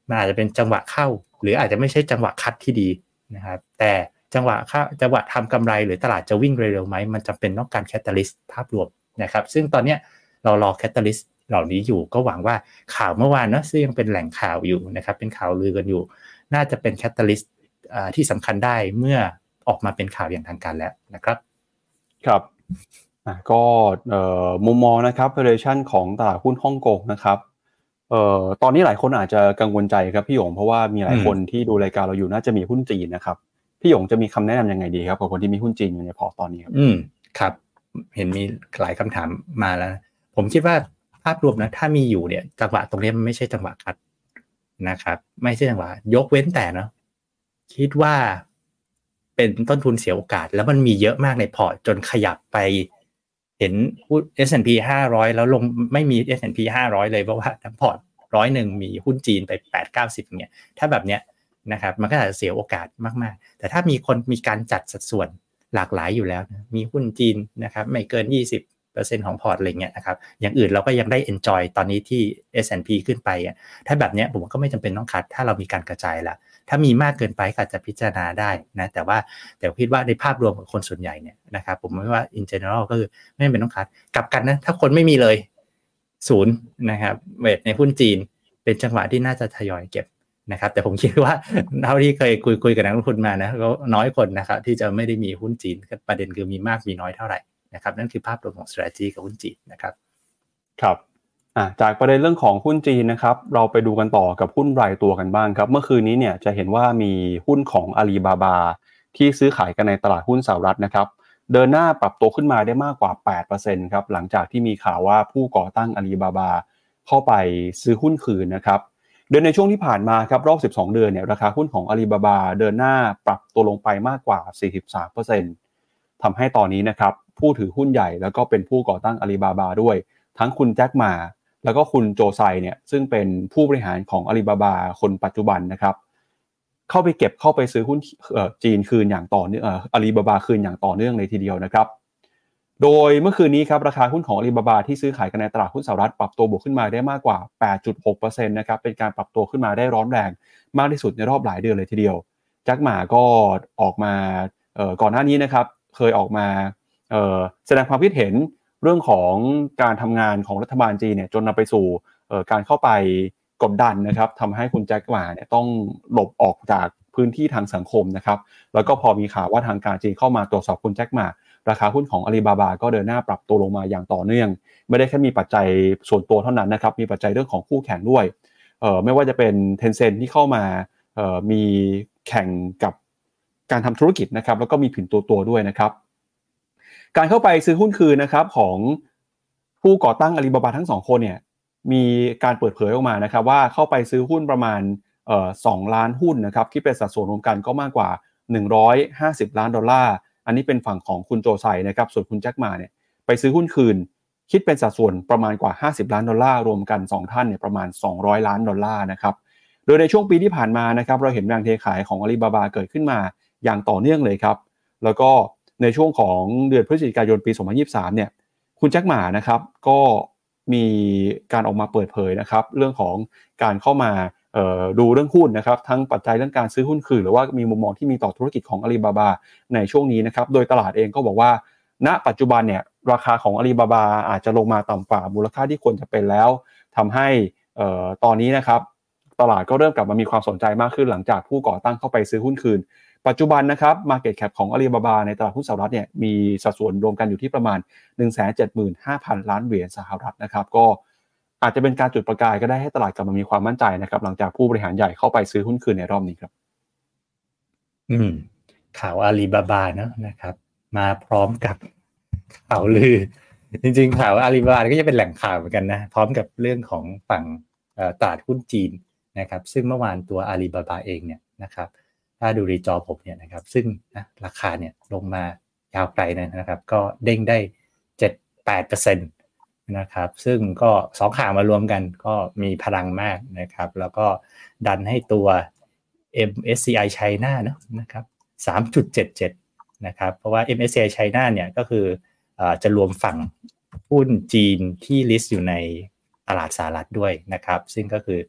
มันอาจจะเป็นจังหวะเข้าหรืออาจจะไม่ใช่จังหวะคัดที่ดีนะครับแต่จังหวะเข้าจังหวะทำกำไรหรือตลาดจะวิ่งเร็วๆไหมมันจำเป็นต้องการแคตตาลิสต์ภาพรวมนะครับซึ่งตอนเนี้ยเรารอแคตตาลิสต์เหล่านี้อยู่ก็หวังว่าข่าวเมื่อวานเนาะซึ่งยังเป็นแหล่งข่าวอยู่นะครับเป็นข่าวลือกันอยู่น่าจะเป็นแคตตาลิสต์ที่สำคัญได้เมื่อออกมาเป็นข่าวอย่างทางการแล้วนะครับครับก็มุมมองนะครับ valuation ของตลาดหุ้นฮ่องกงนะครับเอ่อตอนนี้หลายคนอาจจะกังวลใจครับพี่หยงเพราะว่ามีหลายคนที่ดูรายการเราอยู่น่าจะมีหุ้นจีนนะครับพี่หยงจะมีคำแนะนำยังไงดีครับกับคนที่มีหุ้นจีนอยู่ในพอร์ตตอนนี้ครับอืมครับเห็นมีหลายคำถามมาแล้วผมคิดว่าภาพรวมนะถ้ามีอยู่เนี่ยจังหวะตรงนี้มันไม่ใช่จังหวะคัดนะครับไม่ใช่จังหวะยกเว้นแต่เนาะคิดว่าเป็นต้นทุนเสียโอกาสแล้วมันมีเยอะมากในพอร์ตจนขยับไปเห็นหุ้น เอส แอนด์ พี ห้าร้อยแล้วลงไม่มี เอส แอนด์ พี ห้าร้อยเลยเพราะว่าทั้งพอร์ตร้อยหนึ่งมีหุ้นจีนไป แปดเก้าสิบ อย่างเงี้ยถ้าแบบเนี้ยนะครับมันก็อาจจะเสียโอกาสมากๆแต่ถ้ามีคนมีการจัดสัดส่วนหลากหลายอยู่แล้วนะมีหุ้นจีนนะครับไม่เกิน ยี่สิบเปอร์เซ็นต์ ของพอร์ตอะไรเงี้ยนะครับอย่างอื่นเราก็ยังได้ enjoy ตอนนี้ที่ เอส แอนด์ พี ขึ้นไปอ่ะถ้าแบบเนี้ยผมก็ไม่จำเป็นต้องคัดถ้าเรามีการกระจายละถ้ามีมากเกินไปก็อาจจะพิจารณาได้นะแต่ว่าแต่คิดว่าในภาพรวมของคนส่วนใหญ่เนี่ยนะครับผมไม่ว่า in general ก็คือไม่จำเป็นต้องคัดกลับกันนะถ้าคนไม่มีเลยศูนย์นะครับเวทในหุ้นจีนเป็นจังหวะที่น่าจะทยอยเก็บนะครับแต่ผมคิดว่าเท่าที่เคยคุยคุยกับนักลงทุนมานะก็น้อยคนนะครับที่จะไม่ได้มีหุ้นจีนประเด็นคือมีมากมีน้อยเท่าไหร่นะครับนั่นคือภาพรวมของ strategy กับหุ้นจีนนะครับครับจากประเด็นเรื่องของหุ้นจีนนะครับเราไปดูกันต่อกับหุ้นรายตัวกันบ้างครับเมื่อคืนนี้เนี่ยจะเห็นว่ามีหุ้นของอาลีบาบาที่ซื้อขายกันในตลาดหุ้นสหรัฐนะครับเดินหน้าปรับตัวขึ้นมาได้มากกว่า แปดเปอร์เซ็นต์ ครับหลังจากที่มีข่าวว่าผู้ก่อตั้งอาลีบาบาเข้าไปซื้อหุ้นคืนนะครับโดยในช่วงที่ผ่านมาครับรอบสิบสองเดือนเนี่ยราคาหุ้นของอาลีบาบาเดินหน้าปรับตัวลงไปมากกว่า สี่สิบสามเปอร์เซ็นต์ ทำให้ตอนนี้นะครับผู้ถือหุ้นใหญ่แล้วก็เป็นผู้ก่อตั้งอาลีบาบาด้วยทั้งคุณแจ็คหม่าแล้วก็คุณโจไซเนี่ยซึ่งเป็นผู้บริหารของอาลีบาบาคนปัจจุบันนะครับเข้าไปเก็บเข้าไปซื้อหุ้นจีนคืนอย่างต่อเนื่องอาลีบาบาคืนอย่างต่อเนื่องเลยทีเดียวนะครับโดยเมื่อคืนนี้ครับราคาหุ้นของอาลีบาบาที่ซื้อขายกันในตลาดหุ้นสหรัฐปรับตัวบวกขึ้นมาได้มากกว่า แปดจุดหกเปอร์เซ็นต์ นะครับเป็นการปรับตัวขึ้นมาได้ร้อนแรงมากที่สุดในรอบหลายเดือนเลยทีเดียวแจ็คหม่าก็ออกมาเอ่อก่อนหน้านี้นะครับเคยออกมาเอ่อแสดงความคิดเห็นเรื่องของการทำงานของรัฐบาลจีนเนี่ยจนนำไปสู่การเข้าไปกดดันนะครับทำให้คุณแจ็คหม่าเนี่ยต้องหลบออกจากพื้นที่ทางสังคมนะครับแล้วก็พอมีข่าวว่าทางการจีนเข้ามาตรวจสอบคุณแจ็คหม่าราคาหุ้นของอาลีบาบาก็เดินหน้าปรับตัวลงมาอย่างต่อเนื่องไม่ได้แค่มีปัจจัยส่วนตัวเท่านั้นนะครับมีปัจจัยเรื่องของคู่แข่งด้วยเอ่อไม่ว่าจะเป็น Tencent ที่เข้ามาเอ่อมีแข่งกับการทำธุรกิจนะครับแล้วก็มีผินตัวตัวด้วยนะครับการเข้าไปซื้อหุ้นคืนนะครับของผู้ก่อตั้งอาลีบาบาทั้งสองคนเนี่ยมีการเปิดเผยออกมานะครับว่าเข้าไปซื้อหุ้นประมาณเอ่อสองล้านหุ้นนะครับที่เป็นสัดส่วนรวมกันก็มากกว่าหนึ่งร้อยห้าสิบล้านดอลลาร์อันนี้เป็นฝั่งของคุณโจไซนะครับส่วนคุณแจ็คหม่าเนี่ยไปซื้อหุ้นคืนคิดเป็นสัดส่วนประมาณกว่าห้าสิบล้านดอลลาร์รวมกันสองท่านเนี่ยประมาณสองร้อยล้านดอลลาร์นะครับโดยในช่วงปีที่ผ่านมานะครับเราเห็นแรงเทขายของอาลีบาบาเกิดขึ้นมาอย่างต่อเนื่องเลยครับแล้วก็ในช่วงของเดือนพฤศจิกายนปีสองพันยี่สิบสามเนี่ยคุณแจ็คหม่านะครับก็มีการออกมาเปิดเผยนะครับเรื่องของการเข้ามาเอ่อดูเรื่องหุ้นนะครับทั้งปัจจัยเรื่องการซื้อหุ้นคืนหรือว่ามีมุมมองที่มีต่อธุรกิจของอาลีบาบาในช่วงนี้นะครับโดยตลาดเองก็บอกว่าณปัจจุบันเนี่ยราคาของอาลีบาบาอาจจะลงมาต่ำกว่ามูลค่าที่ควรจะเป็นแล้วทำให้เอ่อตอนนี้นะครับตลาดก็เริ่มกลับมามีความสนใจมากขึ้นหลังจากผู้ก่อตั้งเข้าไปซื้อหุ้นคืนปัจจุบันนะครับ market cap ของอาลีบาบาในตลาดหุ้นสหรัฐเนี่ยมีสัดส่วนรวมกันอยู่ที่ประมาณ หนึ่งแสนเจ็ดหมื่นห้าพัน ล้านเหรียญสหรัฐนะครับก็อาจจะเป็นการจุดประกายก็ได้ให้ตลาดกลับมามีความมั่นใจนะครับหลังจากผู้บริหารใหญ่เข้าไปซื้อหุ้นคืนในรอบนี้ครับอืมข่าวอาลีบาบาเนาะนะครับมาพร้อมกับข่าวลือจริงๆข่าวอาลีบาบาก็จะเป็นแหล่งข่าวเหมือนกันนะพร้อมกับเรื่องของฝั่งตลาดหุ้นจีนนะครับซึ่งเมื่อวานตัวอาลีบาบาเองเนี่ยนะครับถ้าดูรีจอผมเนี่ยนะครับซึ่งนะราคาเนี่ยลงมายาวไกลนะครับก็เด้งได้ เจ็ดถึงแปดเปอร์เซ็นต์ นะครับซึ่งก็สองข่าวมารวมกันก็มีพลังมากนะครับแล้วก็ดันให้ตัว เอ็ม เอส ซี ไอ China เนอะนะครับ สามจุดเจ็ดเจ็ด นะครับเพราะว่า เอ็ม เอส ซี ไอ China เนี่ยก็คือเอ่อจะรวมฝั่งหุ้นจีนที่ลิสต์อยู่ในตลาดสหรัฐด้วยนะครับซึ่งก็คือ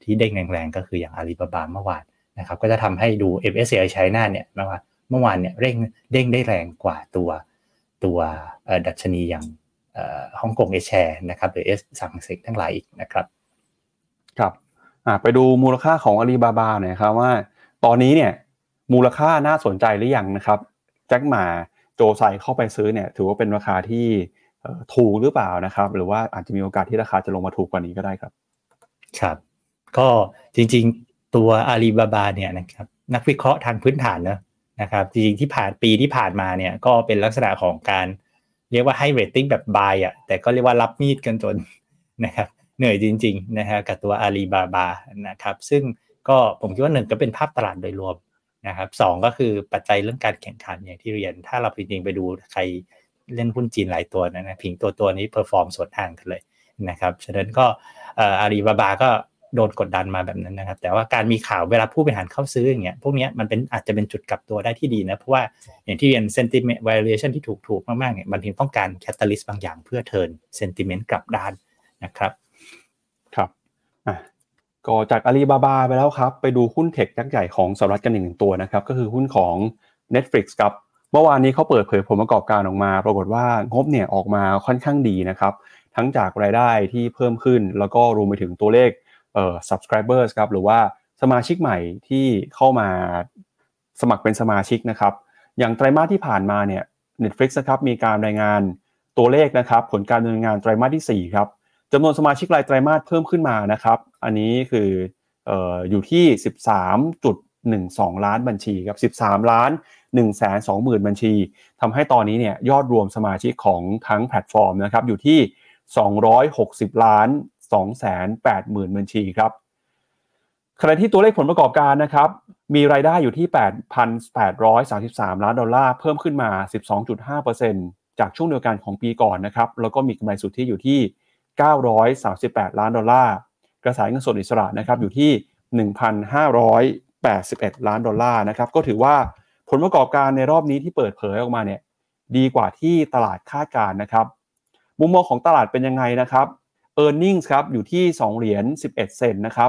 ที่เด้งแรงๆก็คืออย่าง Alibaba เมื่อวานนะครับก็จะทำให้ดู เอ็ม เอส ซี ไอ China เนี่ยเมื่อวานเมื่อวานเนี่ยเร่งเด้งได้แรงกว่าตัวตัวเอ่อดัชนีอย่างเอ่อฮ่องกง A-share นะครับหรือ S สั่งเซ็งทั้งหลายอีกนะครับครับอ่าไปดูมูลค่าของ Alibaba หน่อยครับว่าตอนนี้เนี่ยมูลค่าน่าสนใจหรือยังนะครับแจ็คหม่าโจไซเข้าไปซื้อเนี่ยถือว่าเป็นราคาที่ถูกหรือเปล่านะครับหรือว่าอาจจะมีโอกาสที่ราคาจะลงมาถูกกว่านี้ก็ได้ครับครับก็จริงๆตัว Alibaba เนี่ยนะครับนักวิเคราะห์ทางพื้นฐานนะนะครับจริงๆที่ผ่านปีที่ผ่านมาเนี่ยก็เป็นลักษณะของการเรียกว่าให้เรตติ้งแบบ buy อ่ะแต่ก็เรียกว่ารับมีดกันจนนะครับเหนื่อยจริงๆนะฮะกับตัว Alibaba นะครับซึ่งก็ผมคิดว่าหนึ่งก็เป็นภาพตลาดโดยรวมนะครับสองก็คือปัจจัยเรื่องการแข่งขันอย่างที่เรียนถ้าเราจริงๆไปดูใครเล่นหุ้นจีนหลายตัวนะนะผิงตัวตัวนี้เพอร์ฟอร์มสวนทางกันเลยนะครับฉะนั้นก็เอ่อ Alibaba ก็โดนกดดันมาแบบนั้นนะครับแต่ว่าการมีข่าวเวลาผู้บริหารเข้าซื้ออย่างเงี้ยพวกนี้มันเป็นอาจจะเป็นจุดกลับตัวได้ที่ดีนะเพราะว่าอย่างที่เรียน sentiment valuation ที่ถูกๆมากๆเนี่ยบางทีต้องการ catalyst บางอย่างเพื่อ turn sentiment กลับด้านนะครับครับอ่ะก็จาก Alibaba ไปแล้วครับไปดูหุ้นเทคยักษ์ใหญ่ของสหรัฐกันอีกหนึ่งตัวนะครับก็คือหุ้นของ Netflix ครับเมื่อวานนี้เขาเปิดเผยผลประกอบการออกมาปรากฏว่างบเนี่ยออกมาค่อนข้างดีนะครับทั้งจากรายได้ที่เพิ่มขึ้นแล้วก็รวมไปถึงตัวเลขเอ่อ subscribers ครับหรือว่าสมาชิกใหม่ที่เข้ามาสมัครเป็นสมาชิกนะครับอย่างไตรมาสที่ผ่านมาเนี่ย Netflix นะครับมีการรายงานตัวเลขนะครับผลการดำเนินงานไตรมาสที่สี่ครับจำนวนสมาชิกรายไตรมาสเพิ่มขึ้นมานะครับอันนี้คือเอ่ออยู่ที่ สิบสามจุดหนึ่งสอง ล้านบัญชีครับสิบสามล้านหนึ่งแสนสองหมื่นบัญชีทำให้ตอนนี้เนี่ยยอดรวมสมาชิกของทั้งแพลตฟอร์มนะครับอยู่ที่สองร้อยหกสิบล้านสองแสนแปดหมื่นบัญชีครับขณะที่ตัวเลขผลประกอบการนะครับมีรายได้อยู่ที่ แปดพันแปดร้อยสามสิบสาม ล้านดอลลาร์เพิ่มขึ้นมา สิบสองจุดห้าเปอร์เซ็นต์ จากช่วงเดียวกันของปีก่อนนะครับแล้วก็มีกำไรสุทธิอยู่ที่เก้าร้อยสามสิบแปดล้านดอลลาร์กระแสเงินสดอิสระนะครับอยู่ที่ หนึ่งพันห้าร้อยแปดสิบเอ็ด ล้านดอลลาร์นะครับก็ถือว่าผลประกอบการในรอบนี้ที่เปิดเผยออกมาเนี่ยดีกว่าที่ตลาดคาดการณ์นะครับมุมมองของตลาดเป็นยังไงนะครับ earnings ครับอยู่ที่สองเหรียญสิบเอ็ดเซนต์นะครับ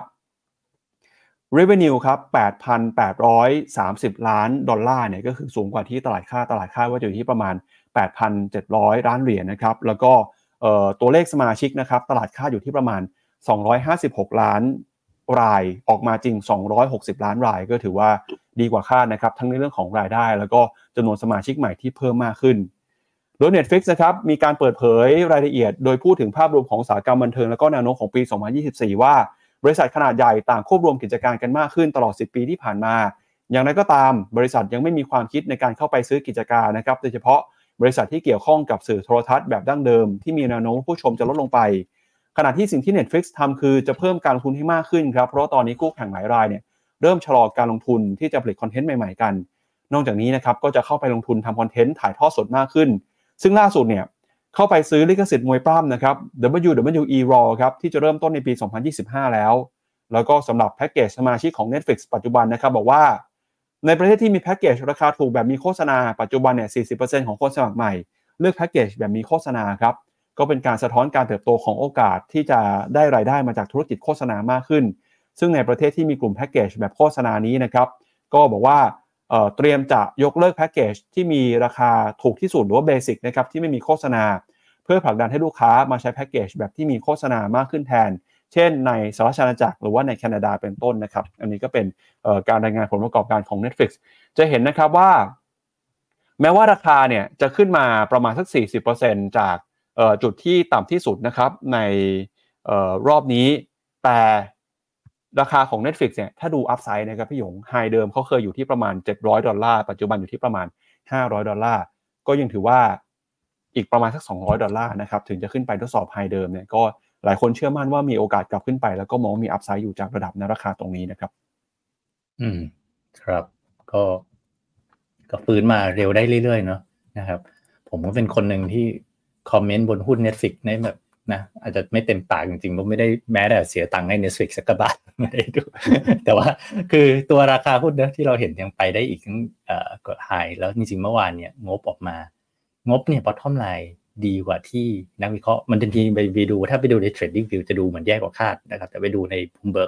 revenue ครับ แปดพันแปดร้อยสามสิบ ล้านดอลลาร์เนี่ยก็คือสูงกว่าที่ตลาดคาดตลาดคาดว่าอยู่ที่ประมาณ แปดพันเจ็ดร้อย ล้านเหรียญนะครับแล้วก็เอ่อตัวเลขสมาชิกนะครับตลาดคาดอยู่ที่ประมาณสองร้อยห้าสิบหกล้านรายออกมาจริงสองร้อยหกสิบล้านรายก็ถือว่าดีกว่าคาดนะครับทั้งในเรื่องของรายได้แล้วก็จำนวนสมาชิกใหม่ที่เพิ่มมากขึ้นโดย Netflix นะครับมีการเปิดเผยรายละเอียดโดยพูดถึงภาพรวมของอุตสาหกรรมบันเทิงและก็แนวโน้มของปีสองพันยี่สิบสี่ว่าบริษัทขนาดใหญ่ต่างควบรวมกิจการกันมากขึ้นตลอดสิบปีที่ผ่านมาอย่างไรก็ตามบริษัทยังไม่มีความคิดในการเข้าไปซื้อกิจการนะครับโดยเฉพาะบริษัทที่เกี่ยวข้องกับสื่อโทรทัศน์แบบดั้งเดิมที่มีแนวโน้มผู้ชมจะลดลงไปขณะที่สิ่งที่ Netflix ทำคือจะเพิ่มการลงทุนให้มากขึ้นครับเพราะตอนนี้คู่แข่งหลายรายเนี่ยเริ่มชะลอการลงทุนที่จะผลิตคอนเทนต์ใหม่ๆกันนอกจากนี้นะครับก็จะเข้าไปลงทุนทำคอนเทนต์ถ่ายทอดสดมากขึ้นซึ่งล่าสุดเนี่ยเข้าไปซื้อลิขสิทธิ์มวยปล้ำนะครับ ดับเบิลยู ดับเบิลยู อี Raw ครับที่จะเริ่มต้นในปีสองพันยี่สิบห้าแล้วแล้วก็สำหรับแพ็คเกจสมาชิกของ Netflix ปัจจุบันนะครับบอกว่าในประเทศที่มีแพ็คเกจราคาถูกแบบมีโฆษณาปัจจุบันเนี่ย สี่สิบเปอร์เซ็นต์ ของคนสมัครใหม่เลือกแพ็คเกจแบบมีโฆษณาครับก็เป็นการสะท้อนการเติบโตของโอกาสที่จะได้รายได้มาจากธุรกิจโฆษณามากขึ้นซึ่งในประเทศที่มีกลุ่มแพ็คเกจแบบโฆษณานี้นะครับก็บอกว่าเอ่อเตรียมจะยกเลิกแพ็คเกจที่มีราคาถูกที่สุดหรือว่าเบสิกนะครับที่ไม่มีโฆษณาเพื่อผลักดันให้ลูกค้ามาใช้แพ็คเกจแบบที่มีโฆษณามากขึ้นแทนเช่นในสหรัฐอาณาจักรหรือว่าในแคนาดาเป็นต้นนะครับอันนี้ก็เป็นเอ่อการรายงานผลประกอบการของ Netflix จะเห็นนะครับว่าแม้ว่าราคาเนี่ยจะขึ้นมาประมาณสัก สี่สิบเปอร์เซ็นต์ จากเอ่อจุดที่ต่ำที่สุดนะครับในเอ่อรอบนี้แต่ราคาของ Netflix เนี่ยถ้าดูอัพไซด์นะครับพี่หยงไฮเดิมเขาเคยอยู่ที่ประมาณเจ็ดร้อยดอลลาร์ปัจจุบันอยู่ที่ประมาณห้าร้อยดอลลาร์ก็ยังถือว่าอีกประมาณสักสองร้อยดอลลาร์นะครับถึงจะขึ้นไปทดสอบไฮเดิมเนี่ยก็หลายคนเชื่อมั่นว่ามีโอกาสกลับขึ้นไปแล้วก็มองมีอัพไซด์อยู่จากระดับในราคาตรงนี้นะครับอืมครับก็ก็ฟื้นมาเร็วได้เรื่อยๆเนาะนะครับผมก็เป็นคนหนึ่งที่คอมเมนต์บนหุ้น Netflix ในแบบนะอาจจะไม่เต็มปากจริงๆผมไม่ได้แม้แต่เสียตังค์ให้ Netflix สักบาทไม่ได้ดู แต่ว่าคือตัวราคาหุ้นนะที่เราเห็นยังไปได้อีกทั้งเอ่อกดไฮแล้วจริงๆเมื่อวานเนี่ยงบออกมางบเนี่ย bottom line ดีกว่าที่นักวิเคราะห์มันทันทีไปดูถ้าไปดูใน Trading View จะดูเหมือนแย่กว่าคาดนะครับแต่ไปดูใน Bloomberg เนี่ย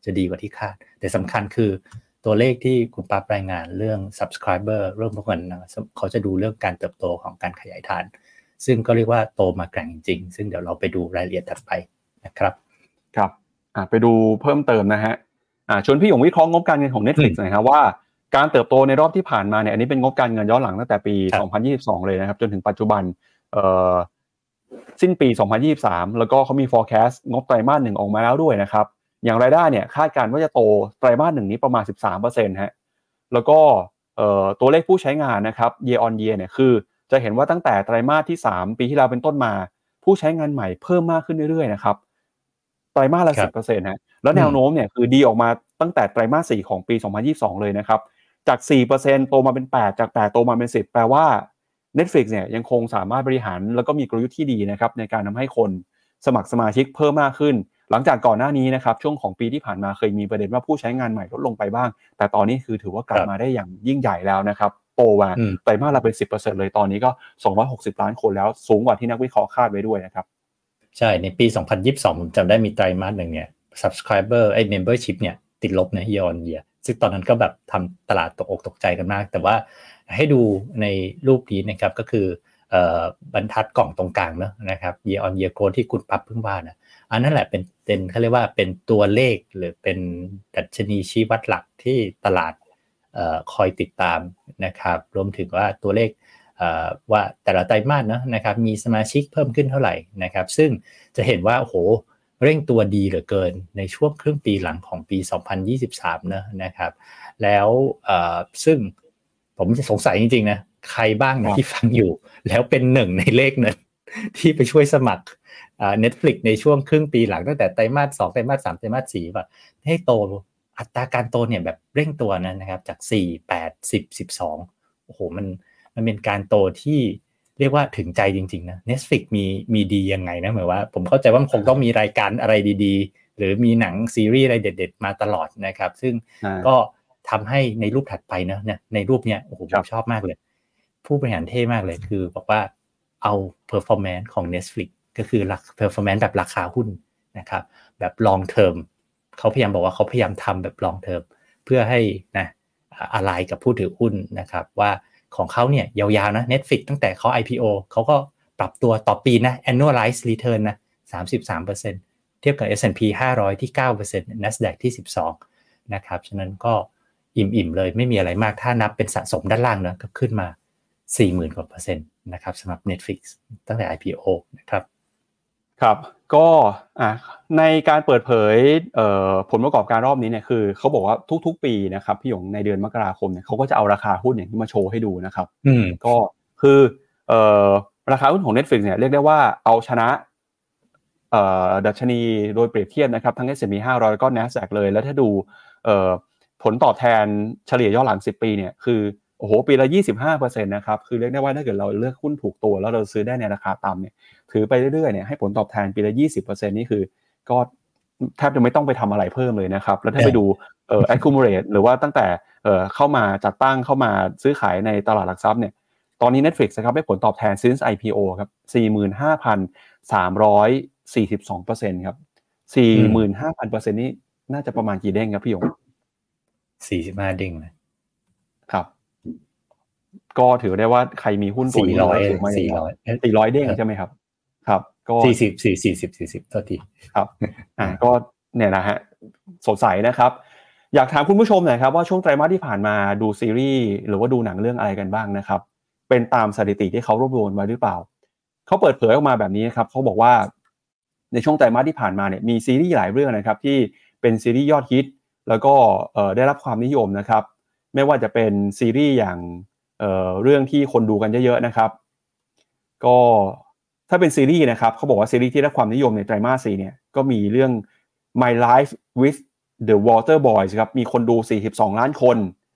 จะดีกว่าที่คาดแต่สำคัญคือตัวเลขที่คุณปั๊บรายงานเรื่อง subscriber เรื่องพวกนั้นนะเขาจะดูเรื่องการเติบโตของการขยายฐานซึ่งก็เรียกว่าโตมาแกร่งจริงๆซึ่งเดี๋ยวเราไปดูรายละเอียดถัดไปนะครับครับอ่าไปดูเพิ่มเติมนะฮะอ่าชวนพี่หยงวิเคราะห์งบการเงินของ Netflix หน่อยครับว่าการเติบโตในรอบที่ผ่านมาเนี่ยอันนี้เป็นงบการเงินย้อนหลังตั้งแต่ปีสองพันยี่สิบสองเลยนะครับจนถึงปัจจุบันเอ่อสิ้นปีสองพันยี่สิบสามแล้วก็เขามี forecast งบไตรมาสหนึ่งออกมาแล้วด้วยนะครับอย่างรายได้เนี่ยคาดการณ์ว่าจะโตไตรมาสหนึ่งนี้ประมาณ สิบสามเปอร์เซ็นต์ ฮะแล้วก็เอ่อตัวเลขผู้ใช้งานนะครับ year on year เนี่ยคือจะเห็นว่าตั้งแต่ไตรมาสที่สามปีที่แล้วเป็นต้นมาผู้ใช้งานใหม่เพิ่มมากขึ้นเรื่อยๆนะครับไตรมาสละ สิบเปอร์เซ็นต์ ฮะแล้วแนวโน้มเนี่ยคือดีออกมาตั้งแต่ไตรมาสสี่ของปีสองพันยี่สิบสองเลยนะครับจาก สี่เปอร์เซ็นต์ โตมาเป็นแปดจากแปดโตมาเป็นสิบแปลว่า Netflix เนี่ยยังคงสามารถบริหารแล้วก็มีกลยุทธ์ที่ดีนะครับในการทำให้คนสมัครสมาชิกเพิ่มมากขึ้นหลังจากก่อนหน้านี้นะครับช่วงของปีที่ผ่านมาเคยมีประเด็นว่าผู้ใช้งานใหม่ลดลงไปบ้างแต่ตอนนี้คือถือว่ากลับมาได้อย่างยิ่งใหญ่แล้วนะครับโตมาไตรมาสละเป็น สิบเปอร์เซ็นต์ เลยตอนนี้ก็สองร้อยหกสิบล้านคนแล้วสูงกว่าที่นักวิเคราะห์คาดไว้ด้วยนะครับใช่ในปีสองพันยี่สิบสองผมจำได้มีไตรมาสนึงเนี่ย subscriber ไอ้ membership เนี่ยติดลบนะ year on year ซึ่งตอนนั้นก็แบบทำตลาดตกอกตกใจกันมากแต่ว่าให้ดูในรูปนี้นะครับก็คือเอ่อบรรทัดกล่องตรงกลางเนอะนะครับ year on year growth ที่คุณปั๊บเพิ่งว่านะอันนั้นแหละเป็นเป็นเขาเรียกว่าเป็นตัวเลขหรือเป็นดัชนีชี้วัดหลักที่ตลาดเอ่อคอยติดตามนะครับรวมถึงว่าตัวเลขเอ่อว่าแต่ละไตรมาสนะนะครับมีสมาชิกเพิ่มขึ้นเท่าไหร่นะครับซึ่งจะเห็นว่าโอ้โหเร่งตัวดีเหลือเกินในช่วงครึ่งปีหลังของปีสองพันยี่สิบสามนะนะครับแล้วเอ่อซึ่งผมจะสงสัยจริงๆนะใครบ้างนะที่ฟังอยู่แล้วเป็นหนึ่งในเลขนั้นที่ไปช่วยสมัครอ่า Netflix ในช่วงครึ่งปีหลังตั้งแต่ไตรมาสสองไตรมาสสามไตรมาสสี่ป่ะให้โตอัตราการโตเนี่ยแบบเร่งตัวนั้นนะครับจากสี่ แปด สิบ สิบสองโอ้โหมันมันเป็นการโตที่เรียกว่าถึงใจจริงๆนะ Netflix มีมีดียังไงนะหมายว่าผมเข้าใจว่ามันคงต้องมีรายการอะไรดีๆหรือมีหนังซีรีส์อะไรเด็ดๆมาตลอดนะครับซึ่งก็ทำให้ในรูปถัดไปนะเนี่ยในรูปเนี้ยโอ้โหผมชอบมากเลยผู้บริหารเท่มากเลยคือบอกว่าเอา performance ของ Netflix ก็คือ performance แบบราคาหุ้นนะครับแบบ long term เขาพยายามบอกว่าเขาพยายามทำแบบ long term เพื่อให้นะอะไรกับผู้ถือหุ้นนะครับว่าของเขาเนี่ยยาวๆนะ Netflix ตั้งแต่เขา ไอ พี โอ เขาก็ปรับตัวต่อปีนะ annualized return นะ สามสิบสามเปอร์เซ็นต์ เทียบกับ เอส แอนด์ พี ห้าร้อยที่ เก้าเปอร์เซ็นต์ NASDAQ ที่ สิบสองนะครับฉะนั้นก็อิ่มๆเลยไม่มีอะไรมากถ้านับเป็นสะสมด้านล่างนะก็ขึ้นมา สี่หมื่น กว่าเปอร์เซ็นต์นะครับสำหรับ Netflix ตั้งแต่ ไอ พี โอ นะครับครับก็อ่ะในการเปิดเผยเอ่อผลประกอบการรอบนี้เนี่ยคือเขาบอกว่าทุกๆปีนะครับพี่หยงในเดือนมกราคมเนี่ยเขาก็จะเอาราคาหุ้นอย่างที่มาโชว์ให้ดูนะครับอืมก็คือเอ่อราคาหุ้นของ Netflix เนี่ยเรียกได้ว่าเอาชนะเอ่อดัชนีโดยเปรียบเทียบนะครับทั้ง เอส แอนด์ พี ห้าร้อยแล้วก็ NASDAQ เลยแล้วถ้าดูเอ่อผลตอบแทนเฉลี่ยย้อนหลังสิบปีเนี่ยคือโอ้โหปีละ ยี่สิบห้าเปอร์เซ็นต์ นะครับคือเรียกได้ว่าถ้าเกิดเราเลือกหุ้นถูกตัวแล้วเราซื้อได้ในราคาต่ำเนี่ยถือไปเรื่อยๆเนี่ยให้ผลตอบแทนปีละ ยี่สิบเปอร์เซ็นต์ นี่คือก็แทบจะไม่ต้องไปทำอะไรเพิ่มเลยนะครับแล้วถ้าไปดูเอ่อ accumulate หรือว่าตั้งแต่เอ่อเข้ามาจัดตั้งเข้ามาซื้อขายในตลาดหลักทรัพย์เนี่ยตอนนี้ Netflix นะครับให้ผลตอบแทน since ไอ พี โอ ครับ สี่หมื่นห้าพันสามร้อยสี่สิบสองเปอร์เซ็นต์ ครับ สี่หมื่นห้าพันเปอร์เซ็นต์ นี่น่าจะประมาณกี่เด้งครับพี่หยงสี่สิบห้าเด้งนะครับก็ถือได้ว่าใครมีหุ้นตัวนี้แล้วถือมาอย่างน้อยสี่ร้อยเด้งใช่ไหมครับครับก็สี่สิบ สี่สิบ สี่สิบ สี่สิบเท่าทีครับอ่าก็เนี่ยนะฮะสดใสนะครับอยากถามคุณผู้ชมหน่อยครับว่าช่วงไตรมาสที่ผ่านมาดูซีรีส์หรือว่าดูหนังเรื่องอะไรกันบ้างนะครับเป็นตามสถิติที่เขารวบรวมไว้หรือเปล่าเขาเปิดเผยออกมาแบบนี้ครับเขาบอกว่าในช่วงไตรมาสที่ผ่านมาเนี่ยมีซีรีส์หลายเรื่องนะครับที่เป็นซีรีส์ยอดฮิตแล้วก็เอ่อได้รับความนิยมนะครับไม่ว่าจะเป็นซีรีส์อย่างเอ่อเรื่องที่คนดูกันเยอะๆนะครับก็ถ้าเป็นซีรีส์นะครับเขาบอกว่าซีรีส์ที่ได้ความนิยมในไตรมาสสี่เนี่ยก็มีเรื่อง My Life with the Water Boys ครับมีคนดูสี่สิบสองล้านคน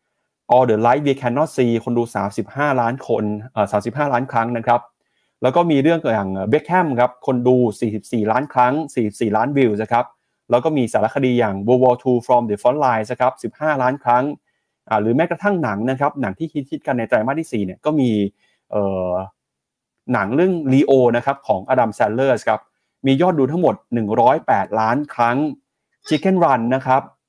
All the Light We Cannot See คนดูสามสิบห้าล้านคนเอ่อสามสิบห้าล้านครั้งนะครับแล้วก็มีเรื่องอย่าง Beckham ครับคนดูสี่สิบสี่ล้านครั้งสี่สิบสี่ล้านวิวนะครับแล้วก็มีสารคดีอย่าง World War ทู From the Front Lines นะครับสิบห้าล้านครั้งอ่าหรือแม้กระทั่งหนังนะครับหนังที่ฮิตๆกันในไตรมาสที่สี่เนี่ยก็มีเอ่อหนังเรื่อง Leo นะครับของ Adam Sandler ครับมียอดดูทั้งหมดหนึ่งร้อยแปดล้านครั้ง Chicken Run นะครับ